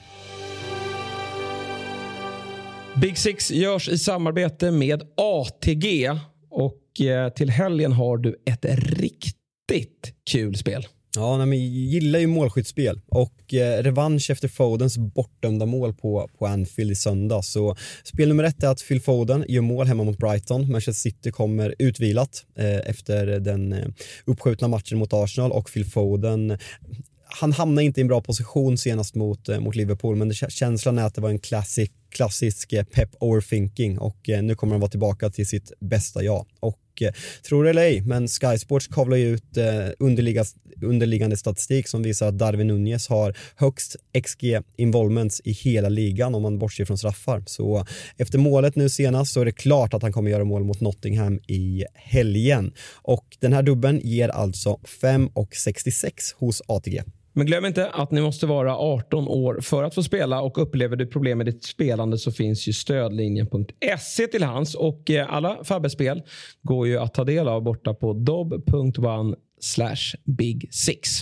Big Six görs i samarbete med A T G och eh, till helgen har du ett riktigt kul spel. Ja, nej, men jag gillar ju målskyttsspel och eh, revansch efter Fodens bortdömda mål på, på Anfield i söndag. Så spel nummer ett är att Phil Foden gör mål hemma mot Brighton. Manchester City kommer utvilat eh, efter den eh, uppskjutna matchen mot Arsenal, och Phil Foden, han hamnar inte i en bra position senast mot, eh, mot Liverpool, men det, känslan är att det var en classic, klassisk eh, pep overthinking, och eh, nu kommer han vara tillbaka till sitt bästa jag. Och tror det eller ej, men Sky Sports kavlar ju ut eh, underliggande, underliggande statistik som visar att Darwin Núñez har högst X G involvements i hela ligan om man bortser från straffar. Så efter målet nu senast så är det klart att han kommer göra mål mot Nottingham i helgen. Och den här dubben ger alltså fem komma sextiosex hos A T G. Men glöm inte att ni måste vara arton år för att få spela, och upplever du problem med ditt spelande så finns ju stödlinjen punkt se till hands, och alla Fabbe-spel går ju att ta del av borta på dobb punkt one slash big six.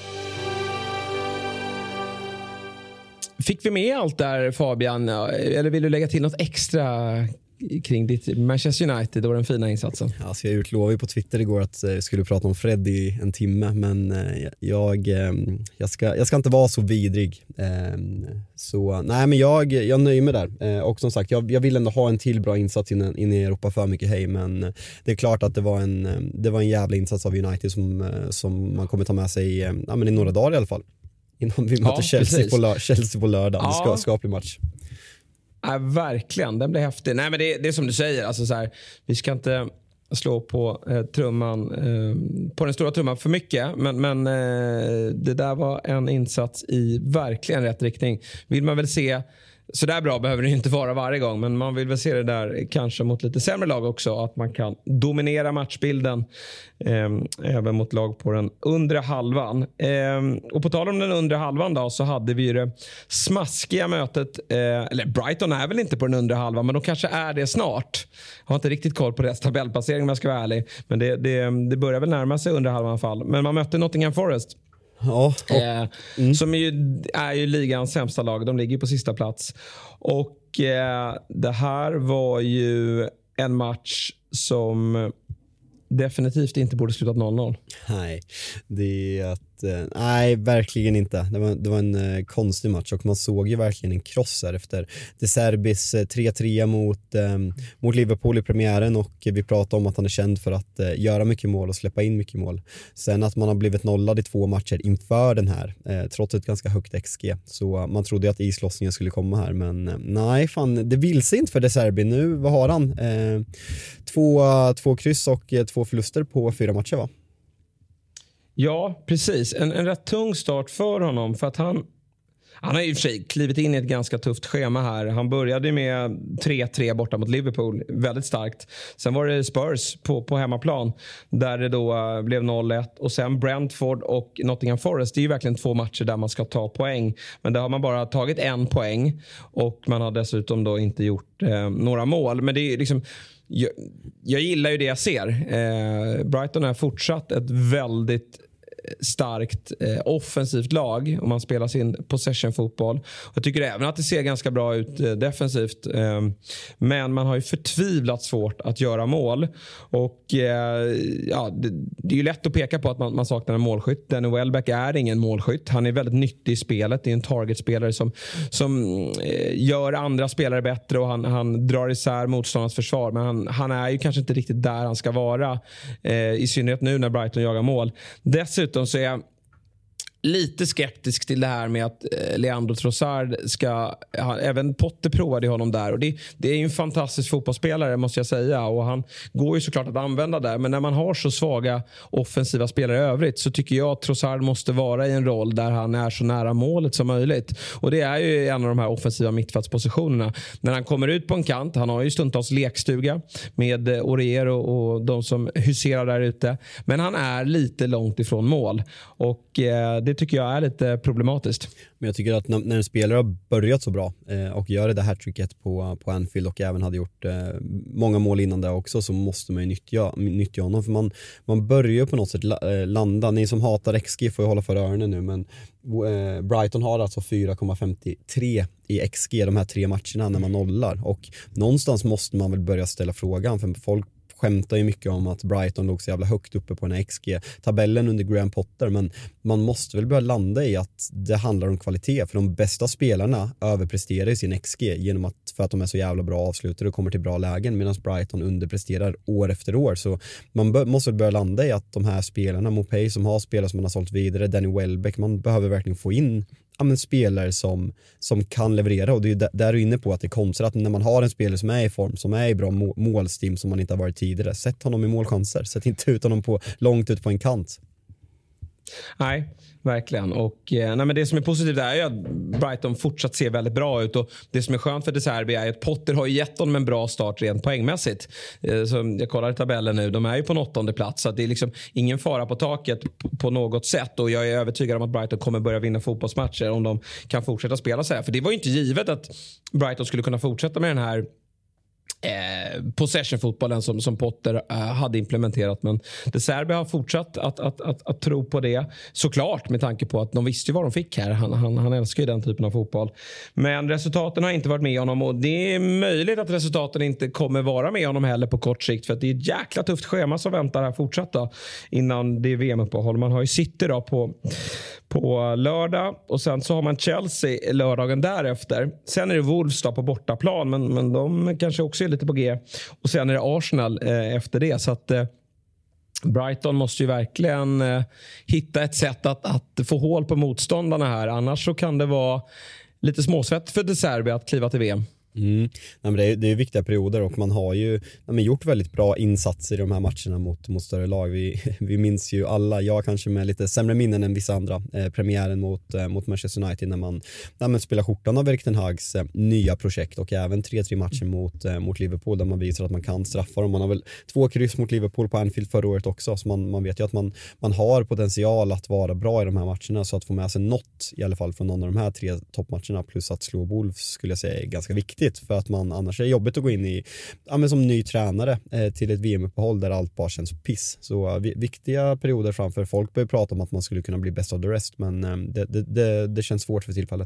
Fick vi med allt där, Fabian, eller vill du lägga till något extra kring ditt Manchester United och den fina insatsen? Alltså jag utlovade ju på Twitter igår att jag skulle prata om Fred i en timme, men jag, jag, ska, jag ska inte vara så vidrig. Så nej, men jag, jag nöjer mig där. Och som sagt, jag, jag vill ändå ha en till bra insats in, in i Europa för mycket hej, men det är klart att det var en, det var en jävla insats av United som, som man kommer ta med sig ja, men i några dagar i alla fall. Innan vi möter ja, Chelsea, på lör, Chelsea på lördag. Ja. Det ska skaplig match. Ja, verkligen, den blir häftig. Nej, men det, det är som du säger, alltså så här, vi ska inte slå på eh, trumman eh, på den stora trumman för mycket, men, men eh, det där var en insats i verkligen rätt riktning. Vill man väl se så där bra behöver det inte vara varje gång, men man vill väl se det där kanske mot lite sämre lag också, att man kan dominera matchbilden eh, även mot lag på den undre halvan. Eh, och på tal om den undre halvan då, så hade vi ju det smaskiga mötet, eh, eller Brighton är väl inte på den undre halvan, men de kanske är det snart. Jag har inte riktigt koll på deras tabellplacering om jag ska vara ärlig, men det, det, det börjar väl närma sig undre halvan i alla fall. Men man mötte Nottingham Forest. Ja, eh, mm. som är ju, är ju ligans sämsta lag. De ligger på sista plats. Och eh, det här var ju en match som definitivt inte borde slutat noll noll. Nej, det är att nej, verkligen inte. Det var, det var en uh, konstig match, och man såg ju verkligen en kross här efter De Serbis uh, tre tre mot, um, mot Liverpool i premiären, och uh, vi pratade om att han är känd för att uh, göra mycket mål och släppa in mycket mål. Sen att man har blivit nollad i två matcher inför den här, uh, trots ett ganska högt X G. Så uh, man trodde att islossningen skulle komma här, men uh, nej, fan, det vill sig inte för De Serbi. Nu, vad har han? Uh, två, uh, två kryss och uh, två förluster på fyra matcher, va? Ja, precis. En, en rätt tung start för honom, för att han han har ju i och för sig klivit in i ett ganska tufft schema här. Han började med tre tre borta mot Liverpool, väldigt starkt. Sen var det Spurs på, på hemmaplan där det då uh, blev noll ett, och sen Brentford och Nottingham Forest. Det är ju verkligen två matcher där man ska ta poäng, men där har man bara tagit en poäng, och man har dessutom då inte gjort uh, några mål. Men det är liksom, jag, jag gillar ju det jag ser. Uh, Brighton är fortsatt ett väldigt starkt eh, offensivt lag om man spelar sin possession-fotboll. Jag tycker även att det ser ganska bra ut eh, defensivt. Eh, men man har ju förtvivlat svårt att göra mål. Och eh, ja, det, det är ju lätt att peka på att man, man saknar en målskytt. Danny Welbeck är ingen målskytt. Han är väldigt nyttig i spelet. Det är en targetspelare som, som eh, gör andra spelare bättre, och han, han drar isär motståndarnas försvar. Men han, han är ju kanske inte riktigt där han ska vara. Eh, I synnerhet nu när Brighton jagar mål. Dessutom så är lite skeptisk till det här med att eh, Leandro Trossard ska, han, även Potter provade honom där och det, det är ju en fantastisk fotbollsspelare måste jag säga och han går ju såklart att använda där, men när man har så svaga offensiva spelare i övrigt så tycker jag att Trossard måste vara i en roll där han är så nära målet som möjligt och det är ju en av de här offensiva mittfältspositionerna. När han kommer ut på en kant, han har ju stundtals lekstuga med eh, Aurier och, och de som huserar där ute, men han är lite långt ifrån mål och eh, det tycker jag är lite problematiskt. Men jag tycker att när, när en spelare har börjat så bra eh, och gör det där hattricket på, på Anfield och även hade gjort eh, många mål innan det också, så måste man ju nyttja, nyttja honom, för man, man börjar på något sätt la, eh, landa. Ni som hatar X G får ju hålla för öronen nu, men eh, Brighton har alltså fyra komma femtiotre i X G de här tre matcherna när man nollar, och någonstans måste man väl börja ställa frågan, för folk skämtar ju mycket om att Brighton låg så jävla högt uppe på den här X G-tabellen under Graham Potter, men man måste väl börja landa i att det handlar om kvalitet, för de bästa spelarna överpresterar i sin X G genom att, för att de är så jävla bra avslutare och kommer till bra lägen, medan Brighton underpresterar år efter år. Så man bör, måste väl börja landa i att de här spelarna, Mopay som har spelare som man har sålt vidare, Danny Welbeck, man behöver verkligen få in ja, men spelare som, som kan leverera, och det är ju där du är inne på att det är konstigt att när man har en spelare som är i form, som är i bra må- målstim som man inte har varit tidigare, sätt honom i målchanser, sätt inte ut honom på, långt ut på en kant. Nej, verkligen. Och eh, nej, men det som är positivt är ju att Brighton fortsatt ser väldigt bra ut, och det som är skönt för De Zerbi är att Potter har gett dem en bra start rent poängmässigt. Eh, så jag kollar i tabellen nu, de är ju på åttonde plats, så att det är liksom ingen fara på taket på, på något sätt, och jag är övertygad om att Brighton kommer börja vinna fotbollsmatcher om de kan fortsätta spela så här, för det var ju inte givet att Brighton skulle kunna fortsätta med den här Eh, possession-fotbollen som, som Potter eh, hade implementerat, men De Zerbi har fortsatt att, att, att, att tro på det, såklart, med tanke på att de visste ju vad de fick här. Han, han, han älskar ju den typen av fotboll, men resultaten har inte varit med honom, och det är möjligt att resultaten inte kommer vara med honom heller på kort sikt, för att det är ett jäkla tufft schema som väntar här fortsätta innan det är V M-uppehåll. Man har ju City då på på lördag, och sen så har man Chelsea lördagen därefter. Sen är det Wolves då på bortaplan, men, men de kanske också är lite på G. Och sen är det Arsenal eh, efter det, så att eh, Brighton måste ju verkligen eh, hitta ett sätt att, att få hål på motståndarna här, annars så kan det vara lite småsvett för De Zerbi att kliva till V M. Mm. Nej, men det, är, det är viktiga perioder, och man har ju nej, men gjort väldigt bra insatser i de här matcherna mot, mot större lag. Vi, vi minns ju alla, jag kanske med lite sämre minnen än vissa andra, eh, premiären mot, eh, mot Manchester United när man nej, men spelar skjortan av Erik ten Hags eh, nya projekt, och även tre tre matcher mot, eh, mot Liverpool där man visar att man kan straffa dem. Man har väl två kryss mot Liverpool på Anfield förra året också, så man, man vet ju att man, man har potential att vara bra i de här matcherna, så att få med sig något i alla fall från någon av de här tre toppmatcherna plus att slå Wolves skulle jag säga är ganska viktigt, för att man annars är jobbigt att gå in i ja, men som ny tränare eh, till ett V M-uppehåll där allt bara känns piss. Så uh, viktiga perioder framför. Folk börjar prata om att man skulle kunna bli best of the rest, men uh, det, det, det, det känns svårt för tillfället.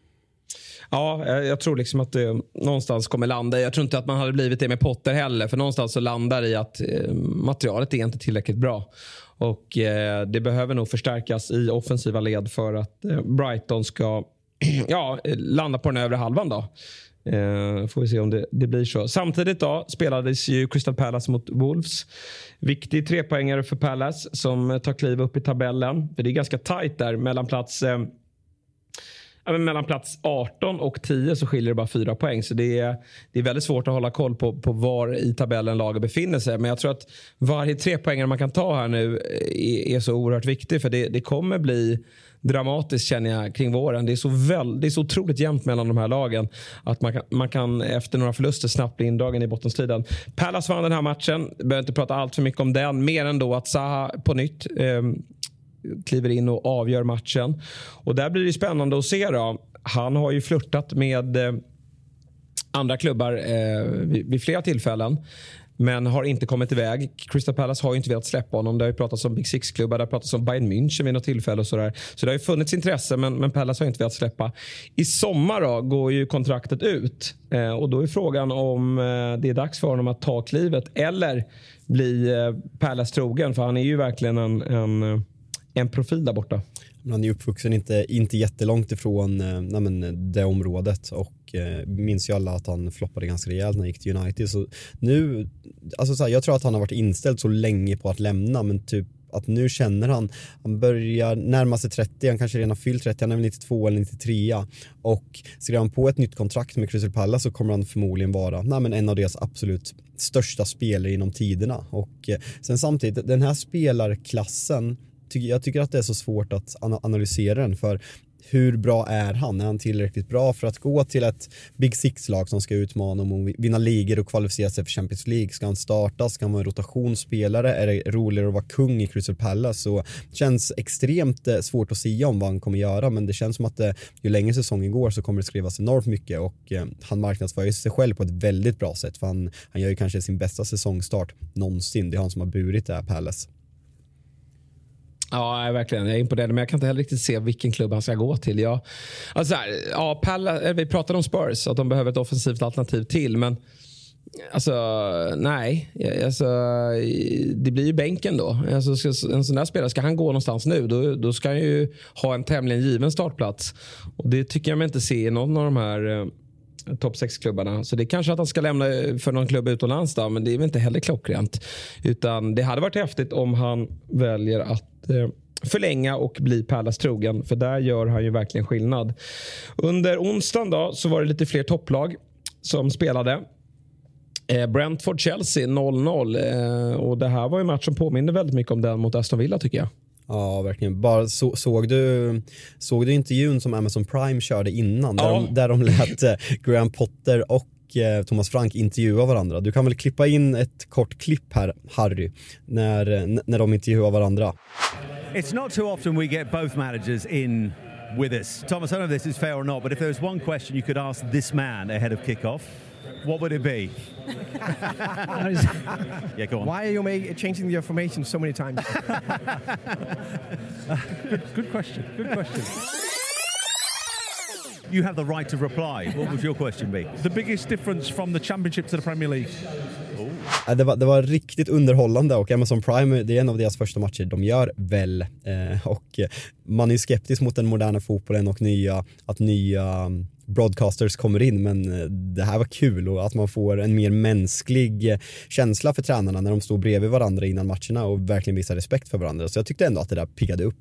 Ja, jag tror liksom att det någonstans kommer landa. Jag tror inte att man hade blivit det med Potter heller, för någonstans så landar i att eh, materialet är inte tillräckligt bra. Och eh, det behöver nog förstärkas i offensiva led för att eh, Brighton ska ja, landa på den övre halvan då. Uh, får vi se om det, det blir så. Samtidigt då spelades ju Crystal Palace mot Wolves. Viktig trepoängare för Palace som tar kliv upp i tabellen. För det är ganska tajt där mellan plats eh, ja, men mellan plats arton och tio så skiljer det bara fyra poäng. Så det är, det är väldigt svårt att hålla koll på, på var i tabellen laget befinner sig. Men jag tror att varje trepoängare man kan ta här nu är, är så oerhört viktig, för det, det kommer bli dramatiskt, känner jag, kring våren. Det är så, väl, det är så otroligt jämnt mellan de här lagen att man kan, man kan efter några förluster snabbt bli indragen i bottenstriden. Palace vann den här matchen. Behöver inte prata allt för mycket om den, mer än då att Zaha på nytt eh, kliver in och avgör matchen. Och där blir det spännande att se då. Han har ju flirtat med eh, andra klubbar eh, vid, vid flera tillfällen, men har inte kommit iväg. Crystal Palace har ju inte velat släppa honom. Det har ju pratats om Big Six-klubbar, det har pratats om Bayern München vid något tillfälle och sådär. Så det har ju funnits intresse, men, men Palace har inte velat släppa. I sommar då går ju kontraktet ut. Eh, och då är frågan om eh, det är dags för honom att ta klivet eller bli eh, Palace trogen. För han är ju verkligen en, en, en profil där borta. Han är uppvuxen inte, inte jättelångt ifrån eh, nej men, det området, och eh, minns ju alla att han floppade ganska rejält när han gick till United. Så nu, alltså så här, jag tror att han har varit inställd så länge på att lämna, men typ att nu känner han, han börjar närma sig trettio, han kanske redan har fyllt trettio, han är väl nittiotvå eller nittiotre, och skriver han på ett nytt kontrakt med Crystal Palace så kommer han förmodligen vara nej, men en av deras absolut största spelare inom tiderna. Och eh, sen samtidigt, den här spelarklassen, ty- jag tycker att det är så svårt att an- analysera den, för hur bra är han? Är han tillräckligt bra för att gå till ett Big Six-lag som ska utmana om att vinna ligor och kvalificera sig för Champions League? Ska han starta? Ska han vara en rotationsspelare? Är det roligare att vara kung i Crystal Palace? Så det känns extremt svårt att säga om vad han kommer göra, men det känns som att det, ju längre säsongen går så kommer det skrivas enormt mycket, och eh, han marknadsför sig själv på ett väldigt bra sätt, för han, han gör ju kanske sin bästa säsongstart någonsin. Det är han som har burit det här Palace. Ja, verkligen. Jag är imponerad, men jag kan inte heller riktigt se vilken klubb han ska gå till. Jag, alltså här, ja, Palace, vi pratade om Spurs, att de behöver ett offensivt alternativ till, men alltså, nej. Alltså, det blir ju bänken då. Alltså, en sån där spelare, ska han gå någonstans nu, då, då ska han ju ha en tämligen given startplats. Och det tycker jag mig inte se i någon av de här eh, topp sex-klubbarna. Så det är kanske att han ska lämna för någon klubb utomlands då, men det är väl inte heller klockrent. Utan det hade varit häftigt om han väljer att eh, förlänga och bli Palace trogen, för där gör han ju verkligen skillnad. Under onsdagen då så var det lite fler topplag som spelade. Eh, Brentford-Chelsea noll noll, eh, och det här var ju en match som påminner väldigt mycket om den mot Aston Villa, tycker jag. Ja, verkligen. Bara så, såg du såg du intervjun som Amazon Prime körde innan, där, ja. de, där de lät eh, Graham Potter och eh, Thomas Frank intervjua varandra. Du kan väl klippa in ett kort klipp här, Harry, när, när de intervjuar varandra. It's not too often we get both managers in with us. Thomas, I don't know if this is fair or not, but if there was one question you could ask this man ahead of kickoff, what would it be? Yeah, go on. Why are you make, changing the information so many times? uh, good, good question. Good question. You have the right to reply. What would your question be? The biggest difference from the Championship to the Premier League. Oh. Det var, det var riktigt underhållande, och Amazon Prime, det är en av deras första matcher de gör väl, eh, och man är ju skeptisk mot den moderna fotbollen och nya, att nya broadcasters kommer in, men det här var kul, och att man får en mer mänsklig känsla för tränarna när de står bredvid varandra innan matcherna och verkligen visar respekt för varandra. Så jag tyckte ändå att det där piggade upp.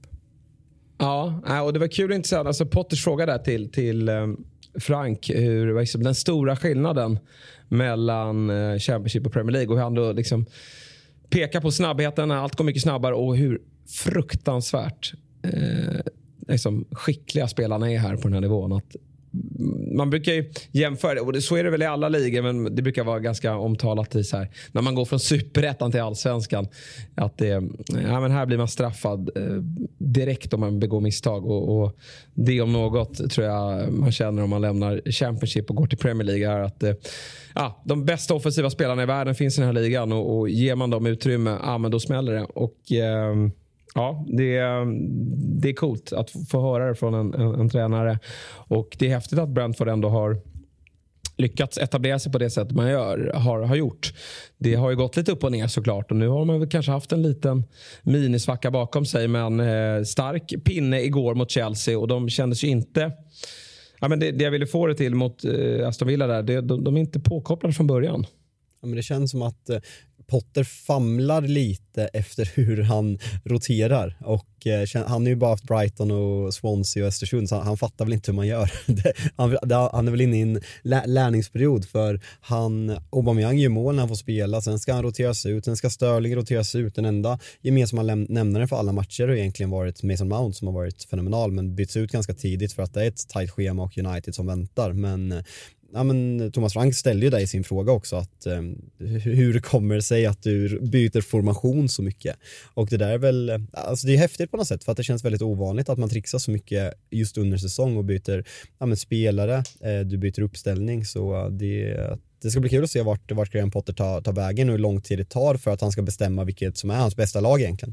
Ja, och det var kul och intressant. Alltså Potters fråga där till, till Frank, hur liksom, den stora skillnaden mellan Championship och Premier League, och hur han då liksom pekar på snabbheten, allt går mycket snabbare, och hur fruktansvärt eh, liksom, skickliga spelarna är här på den här nivån. Att man brukar ju jämföra, och så är det väl i alla ligor, men det brukar vara ganska omtalat i så här, när man går från superettan till allsvenskan, att det, ja, men här blir man straffad eh, direkt om man begår misstag, och, och det om något tror jag man känner om man lämnar Championship och går till Premier League, är att eh, ja, de bästa offensiva spelarna i världen finns i den här ligan, och, och ger man dem utrymme, ja, men då smäller det. Och eh, ja, det är, det är coolt att få höra det från en, en, en tränare. Och det är häftigt att Brentford ändå har lyckats etablera sig på det sätt man gör, har, har gjort. Det har ju gått lite upp och ner såklart, och nu har man väl kanske haft en liten minisvacka bakom sig, men eh, stark pinne igår mot Chelsea, och de kändes ju inte... Ja, men det, det jag ville få det till mot eh, Aston Villa där, det, de, de är inte påkopplade från början. Ja, men det känns som att eh, Potter famlar lite efter hur han roterar, och eh, han har ju bara haft Brighton och Swansea och Östersund, så han, han fattar väl inte hur man gör. det, han, det, han är väl inne i en lä- lärningsperiod, för han, Aubameyang gör mål när han får spela, sen ska han roteras ut, sen ska Sterling roteras ut. Den enda gemensamma läm- nämnaren för alla matcher har egentligen varit Mason Mount, som har varit fenomenal, men byts ut ganska tidigt för att det är ett tajt schema och United som väntar. Men ja, men Thomas Frank ställde ju dig i sin fråga också, att eh, hur kommer det sig att du byter formation så mycket, och det där är väl, alltså det är häftigt på något sätt, för att det känns väldigt ovanligt att man trixar så mycket just under säsong och byter ja, men spelare, eh, du byter uppställning, så det, det ska bli kul att se vart, vart Graham Potter tar, tar vägen och hur lång tid det tar för att han ska bestämma vilket som är hans bästa lag egentligen.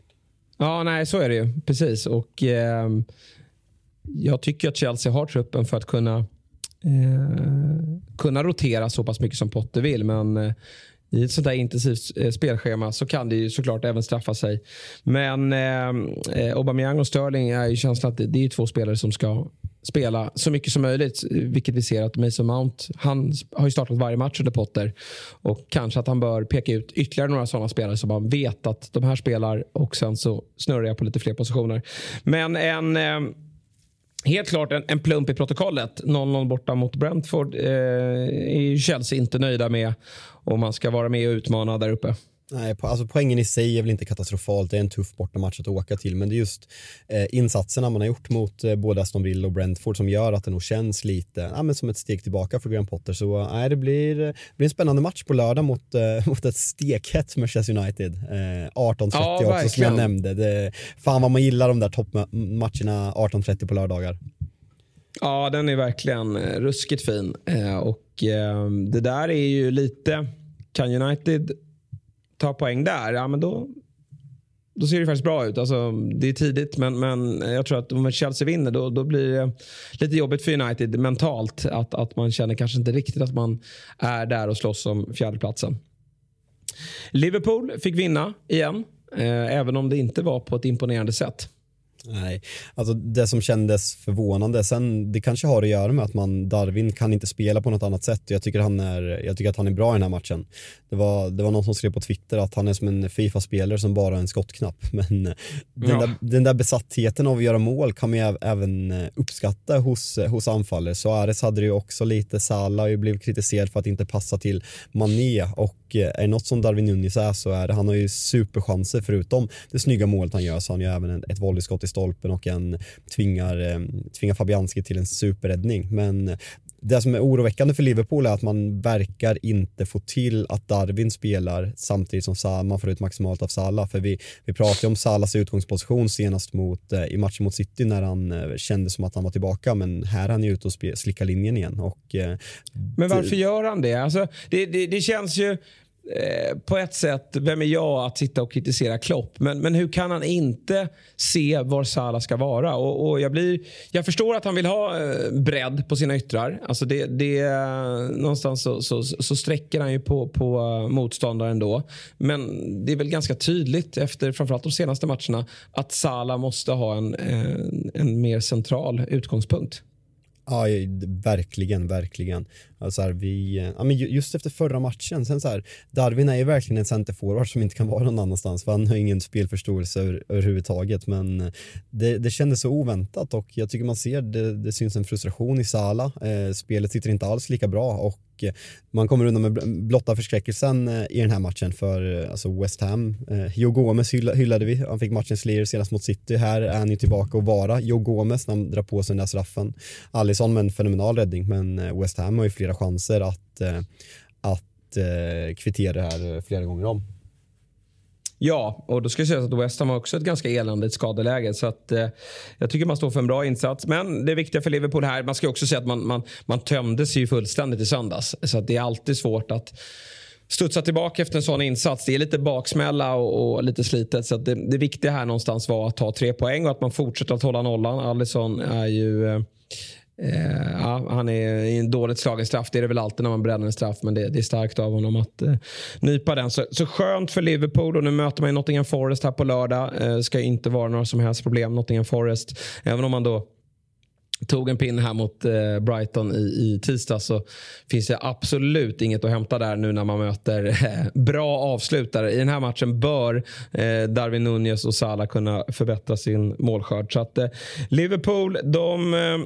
Ja, nej, så är det ju, precis, och eh, jag tycker att Chelsea har truppen för att kunna Eh, kunna rotera så pass mycket som Potter vill, men eh, i ett sånt där intensivt eh, spelschema så kan det ju såklart även straffa sig. Men eh, Aubameyang och Sterling är ju känslan att det, det är två spelare som ska spela så mycket som möjligt, vilket vi ser att Mason Mount, han har ju startat varje match under Potter, och kanske att han bör peka ut ytterligare några sådana spelare som man vet att de här spelar, och sen så snurrar jag på lite fler positioner. Men en eh, helt klart en, en plump i protokollet. noll noll borta mot Brentford eh, är Chelsea inte nöjda med, om man ska vara med och utmana där uppe. Nej, alltså poängen i sig är väl inte katastrofalt. Det är en tuff bortamatch att åka till, men det är just eh, insatserna man har gjort mot eh, både Aston Villa och Brentford som gör att det nog känns lite ja, men som ett steg tillbaka för Graham Potter. Så nej, det blir, det blir en spännande match på lördag mot, eh, mot ett stekhett Manchester United. Eh, arton trettio ja, också som jag nämnde. Det, fan vad man gillar de där toppmatcherna arton trettio på lördagar. Ja, den är verkligen ruskigt fin. Eh, och eh, det där är ju lite, kan United ta poäng där, ja men då då ser det faktiskt bra ut. Alltså, det är tidigt, men, men jag tror att om Chelsea vinner då, då blir det lite jobbigt för United mentalt, att, att man känner kanske inte riktigt att man är där och slåss om fjärdeplatsen. Liverpool fick vinna igen, eh, även om det inte var på ett imponerande sätt. Nej, alltså det som kändes förvånande, sen det kanske har att göra med att man, Darwin kan inte spela på något annat sätt. Jag tycker han är, jag tycker att han är bra i den här matchen. Det var, det var någon som skrev på Twitter att han är som en FIFA-spelare som bara har en skottknapp. Men den, ja. där, den där besattheten av att göra mål kan man ju även uppskatta hos, hos anfallare. Suarez hade det ju också lite, Salah har ju blivit kritiserad för att inte passa till Mané, och är något som Darwin Núñez är så är det, han har ju superchanser förutom det snygga målet han gör, så han gör även ett volleyskott i stolpen och en tvingar, eh, tvingar Fabianski till en superräddning. Men det som är oroväckande för Liverpool är att man verkar inte få till att Darwin spelar samtidigt som Salah, man får ut maximalt av Salah. För vi, vi pratade om Salahs utgångsposition senast mot, eh, i matchen mot City när han eh, kände som att han var tillbaka, men här är han ju ute och spe, slickar linjen igen. Och, eh, men varför det, gör han det? Alltså, det, det? Det känns ju Eh, på ett sätt, vem är jag att sitta och kritisera Klopp, men, men hur kan han inte se var Salah ska vara? Och, och jag, blir, jag förstår att han vill ha eh, bredd på sina yttrar, alltså det, det, någonstans så, så, så sträcker han ju på, på motståndaren då, men det är väl ganska tydligt efter framförallt de senaste matcherna att Salah måste ha en, en, en mer central utgångspunkt. Ja, verkligen, verkligen. Alltså här, vi, ja, men just efter förra matchen, sen så här, Darwin är ju verkligen en centerforward som inte kan vara någon annanstans, för han har ingen spelförståelse över, överhuvudtaget, men det, det kändes så oväntat, och jag tycker man ser det, det syns en frustration i Salah. Eh, spelet sitter inte alls lika bra, och man kommer undan med blotta förskräckelsen i den här matchen för alltså West Ham. Eh, Joe Gomez hyllade vi, han fick matchens lirare senast mot City. Här är han ju tillbaka och vara Joe Gomez när han drar på sig den där straffen. Alisson med en fenomenal räddning, men West Ham har ju flera chanser att, att kvittera det här flera gånger om. Ja, och då ska jag säga att West Ham har också ett ganska eländigt skadeläge, så att eh, jag tycker man står för en bra insats. Men det viktiga för Liverpool här, man ska också säga att man, man, man tömde sig ju fullständigt i söndags, så att det är alltid svårt att studsa tillbaka efter en sån insats. Det är lite baksmälla och, och lite slitet, så att det, det viktiga här någonstans var att ta tre poäng och att man fortsätter att hålla nollan. Alisson är ju eh, Eh, ja, han är i en dåligt slagen straff. Det är det väl alltid när man bränner en straff, men det, det är starkt av honom att eh, nypa den. Så, så skönt för Liverpool, och nu möter man Nottingham Forest här på lördag. Eh, ska inte vara några som helst problem, Nottingham Forest. Även om man då tog en pinne här mot eh, Brighton i, i tisdag, så finns det absolut inget att hämta där nu när man möter eh, bra avslutare. I den här matchen bör eh, Darwin Núñez och Salah kunna förbättra sin målskörd. Så att eh, Liverpool, de eh,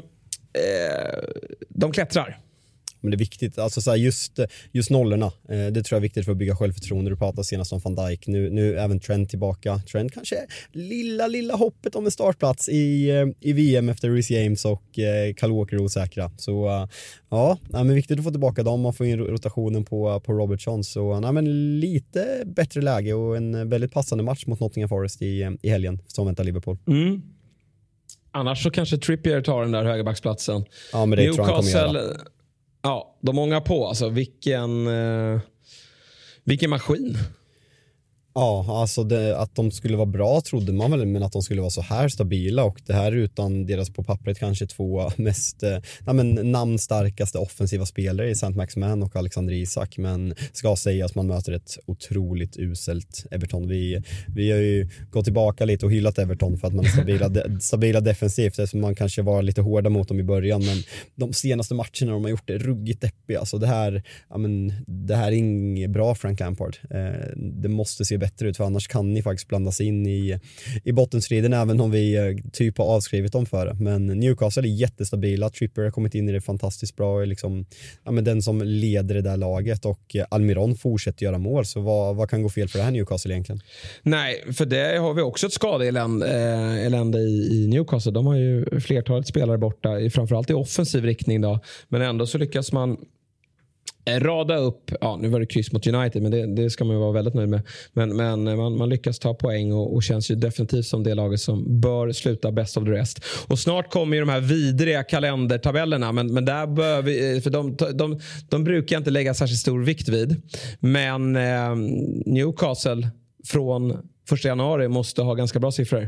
de klättrar. Men det är viktigt, alltså så här, just, just nollorna, eh, det tror jag är viktigt för att bygga självförtroende. Du pratade senast om Van Dijk, nu, nu även Trent tillbaka. Trent kanske lilla, lilla hoppet om en startplats i, i V M efter Reece James och eh, Kyle Walker osäkra. Så uh, ja, nej, men viktigt att få tillbaka dem. Man får in rotationen på, på Robertson. Så nej, men lite bättre läge och en väldigt passande match mot Nottingham Forest i, i helgen som väntar Liverpool. Mm. Annars så kanske Trippier tar den där högerbacksplatsen. Ja, men det Newcastle, tror jag han kommer göra. Ja, de många på. Alltså, vilken, eh, vilken maskin. Ja, alltså det, att de skulle vara bra trodde man väl, men att de skulle vara så här stabila, och det här utan deras på pappret kanske två mest eh, ja, men, namnstarkaste offensiva spelare i Saint Maximin och Alexander Isak, men ska säga att man möter ett otroligt uselt Everton. Vi, vi har ju gått tillbaka lite och hyllat Everton för att man är stabila, de, stabila defensivt, eftersom man kanske var lite hårda mot dem i början, men de senaste matcherna de har gjort det ruggigt deppiga. Alltså det här, ja, men, det här är inget bra Frank Lampard. Eh, det måste se bättre ut, för annars kan ni faktiskt blandas in i, i bottenstriden, även om vi typ har avskrivit dem för det. Men Newcastle är jättestabila, Tripper har kommit in i det fantastiskt bra, är liksom, ja, men den som leder det där laget, och Almiron fortsätter göra mål, så vad, vad kan gå fel för det här Newcastle egentligen? Nej, för det har vi också ett skadeelände äh, elände i, i Newcastle. De har ju flertalet spelare borta, framförallt i offensiv riktning då, men ändå så lyckas man rada upp, ja nu var det kryss mot United, men det, det ska man ju vara väldigt nöjd med, men, men man, man lyckas ta poäng och, och känns ju definitivt som det laget som bör sluta best of the rest. Och snart kommer ju de här vidriga kalendertabellerna, men, men där bör vi, för de, de, de brukar inte lägga särskilt stor vikt vid, men eh, Newcastle från första januari måste ha ganska bra siffror.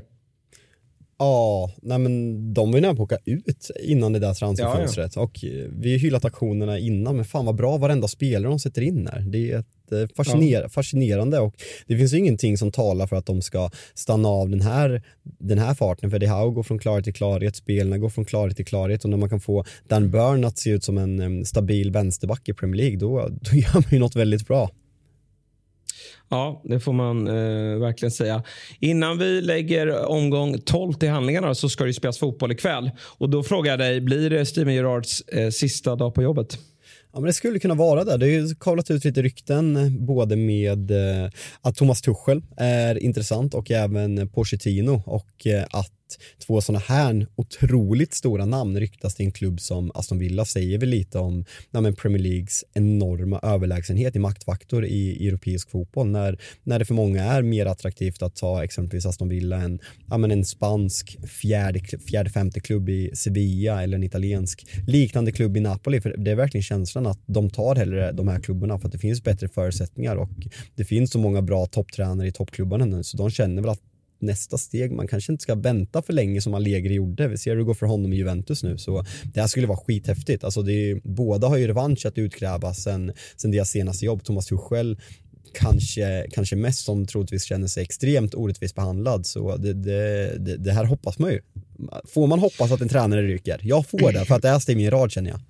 Ja, nej men de var ju nära på att åka ut innan det där transferfönstret. Ja, ja. Och vi har hyllat aktionerna innan, men fan vad bra varenda spelare de sätter in här. Det är ett fasciner- ja. fascinerande, och det finns ju ingenting som talar för att de ska stanna av den här, den här farten, för det här går från klarhet till klarhet, spelarna går från klarhet till klarhet, och när man kan få Dan Burn att se ut som en um, stabil vänsterback i Premier League, då, då gör man ju något väldigt bra. Ja, det får man eh, verkligen säga. Innan vi lägger omgång tolv till handlingarna så ska det ju spelas fotboll ikväll. Och då frågar jag dig, blir det Steven Gerrards eh, sista dag på jobbet? Ja, men det skulle kunna vara det. Det har ju kavlat ut lite rykten både med eh, att Thomas Tuchel är intressant och även Pochettino, och eh, att två sådana här otroligt stora namn ryktas till en klubb som Aston Villa, säger väl lite om ja, men Premier Leagues enorma överlägsenhet i maktfaktor i, i europeisk fotboll, när, när det för många är mer attraktivt att ta exempelvis Aston Villa än ja, men en spansk fjärde, fjärde femte klubb i Sevilla, eller en italiensk liknande klubb i Napoli, för det är verkligen känslan att de tar hellre de här klubbarna för att det finns bättre förutsättningar, och det finns så många bra topptränare i toppklubbarna nu, så de känner väl att nästa steg, man kanske inte ska vänta för länge som Allegri gjorde. Vi ser hur det går för honom i Juventus nu, så det här skulle vara skithäftigt. Alltså det är, båda har ju revansch att utkräva sen, sen deras senaste jobb. Thomas Tuchel kanske, kanske mest, som troligtvis känner sig extremt orättvist behandlad, så det, det, det, det här hoppas man ju. Får man hoppas att en tränare ryker? Jag får det, för att det är Steven Gerrard, känner jag.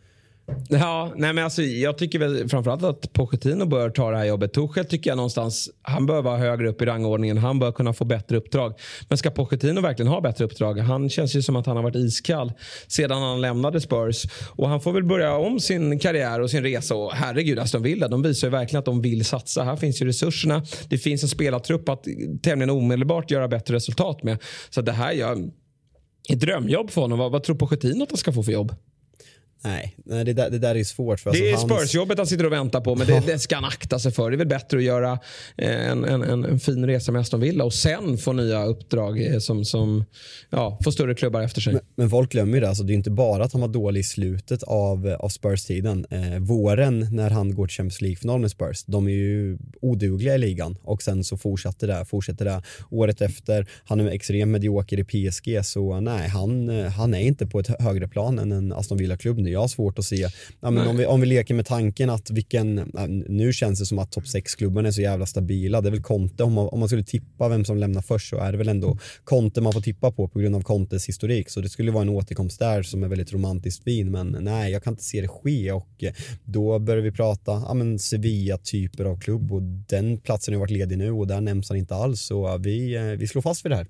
Ja, nej men alltså, jag tycker väl framförallt att Pochettino bör ta det här jobbet. Tuchel tycker jag någonstans, han bör vara högre upp i rangordningen, han bör kunna få bättre uppdrag. Men ska Pochettino verkligen ha bättre uppdrag? Han känns ju som att han har varit iskall sedan han lämnade Spurs, och han får väl börja om sin karriär och sin resa, och herregud, Aston Villa, de visar ju verkligen att de vill satsa. Här finns ju resurserna, det finns en spelartrupp att tämligen omedelbart göra bättre resultat med. Så det här är ett drömjobb för honom. Vad, vad tror Pochettino att han ska få för jobb? Nej, nej det, där, det där är svårt. För det alltså är Spurs-jobbet han sitter och väntar på, men det, det ska han akta sig för. Det är väl bättre att göra en, en, en, en fin resa med Aston Villa och sen få nya uppdrag som, som ja, får större klubbar efter sig. Men, men folk glömmer ju det. Alltså, det är inte bara att han var dålig i slutet av, av Spurs-tiden. Eh, våren när han går till Champions League-final med Spurs, de är ju odugliga i ligan, och sen så fortsatte det, fortsätter det året efter. Han är extremt medioker i P S G, så nej, han, han är inte på ett högre plan än en Aston Villa-klubb. Jag har svårt att se. Ja, men om, vi, om vi leker med tanken att vilken, nu känns det som att topp sex-klubbarna är så jävla stabila. Det är väl Conte, om man, om man skulle tippa vem som lämnar först, så är det väl ändå Conte man får tippa på på grund av Contes historik. Så det skulle vara en återkomst där som är väldigt romantiskt fin, men nej, jag kan inte se det ske, och då börjar vi prata ja, men Sevilla-typer av klubb, och den platsen har varit ledig nu och där nämns han inte alls, så vi, vi slår fast vid det här.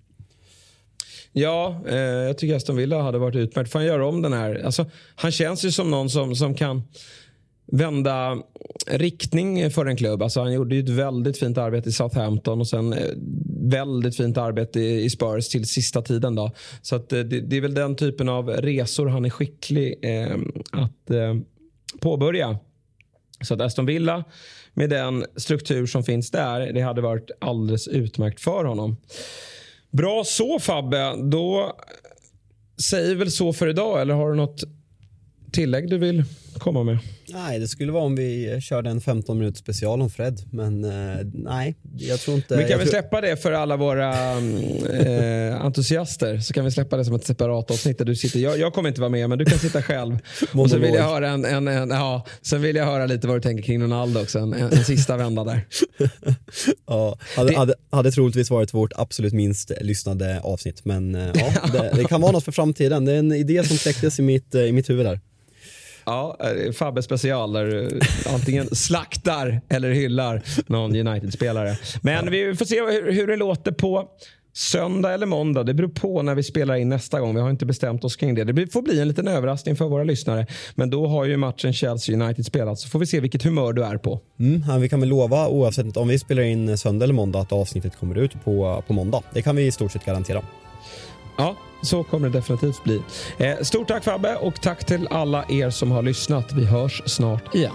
Ja, eh, jag tycker Aston Villa hade varit utmärkt. Får han göra om den här? Alltså, han känns ju som någon som, som kan vända riktning för en klubb. Alltså, han gjorde ju ett väldigt fint arbete i Southampton och sen eh, väldigt fint arbete i, i Spurs till sista tiden då. Så att, eh, det, det är väl den typen av resor han är skicklig eh, att eh, påbörja. Så att Aston Villa med den struktur som finns där, det hade varit alldeles utmärkt för honom. Bra så, Fabbe. Då säger väl så för idag, eller har du något tillägg du vill komma med? Nej, det skulle vara om vi körde en femton minut special om Fred. Men eh, nej, jag tror inte... Vi kan jag väl tror... släppa det för alla våra eh, entusiaster. Så kan vi släppa det som ett separat avsnitt där du sitter. Jag, jag kommer inte vara med, men du kan sitta själv. Och så vill jag höra en, en, en, ja, sen vill jag höra lite vad du tänker kring Ronaldo också. En, en, en sista vända där. Ja, hade, det... hade, hade troligtvis varit vårt absolut minst lyssnade avsnitt. Men eh, ja, det, det kan vara något för framtiden. Det är en idé som kläcktes i mitt, i mitt huvud där. Ja, Fabbe special där du antingen slaktar eller hyllar någon United-spelare. Men vi får se hur, hur det låter på söndag eller måndag. Det beror på när vi spelar in nästa gång. Vi har inte bestämt oss kring det. Det får bli en liten överraskning för våra lyssnare. Men då har ju matchen Chelsea United spelat, så får vi se vilket humör du är på. Mm, ja, vi kan väl lova, oavsett om vi spelar in söndag eller måndag, att avsnittet kommer ut på, på måndag. Det kan vi i stort sett garantera. Ja, så kommer det definitivt bli. Eh, stort tack Fabbe, och tack till alla er som har lyssnat. Vi hörs snart igen.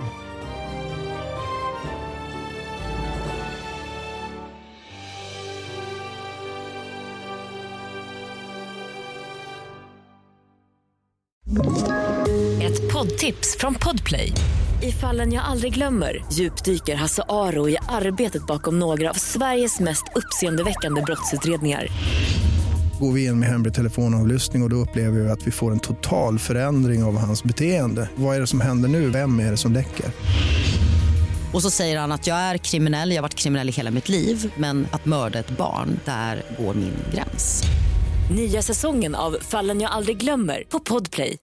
Ett poddtips från Podplay. I Fallen jag aldrig glömmer djupdyker Hasse Aro i arbetet bakom några av Sveriges mest uppseendeväckande brottsutredningar. Går vi in med hemlig telefonavlyssning och, och då upplever vi att vi får en total förändring av hans beteende. Vad är det som händer nu? Vem är det som läcker? Och så säger han att jag är kriminell, jag har varit kriminell i hela mitt liv. Men att mörda ett barn, där går min gräns. Nya säsongen av Fallen jag aldrig glömmer på Podplay.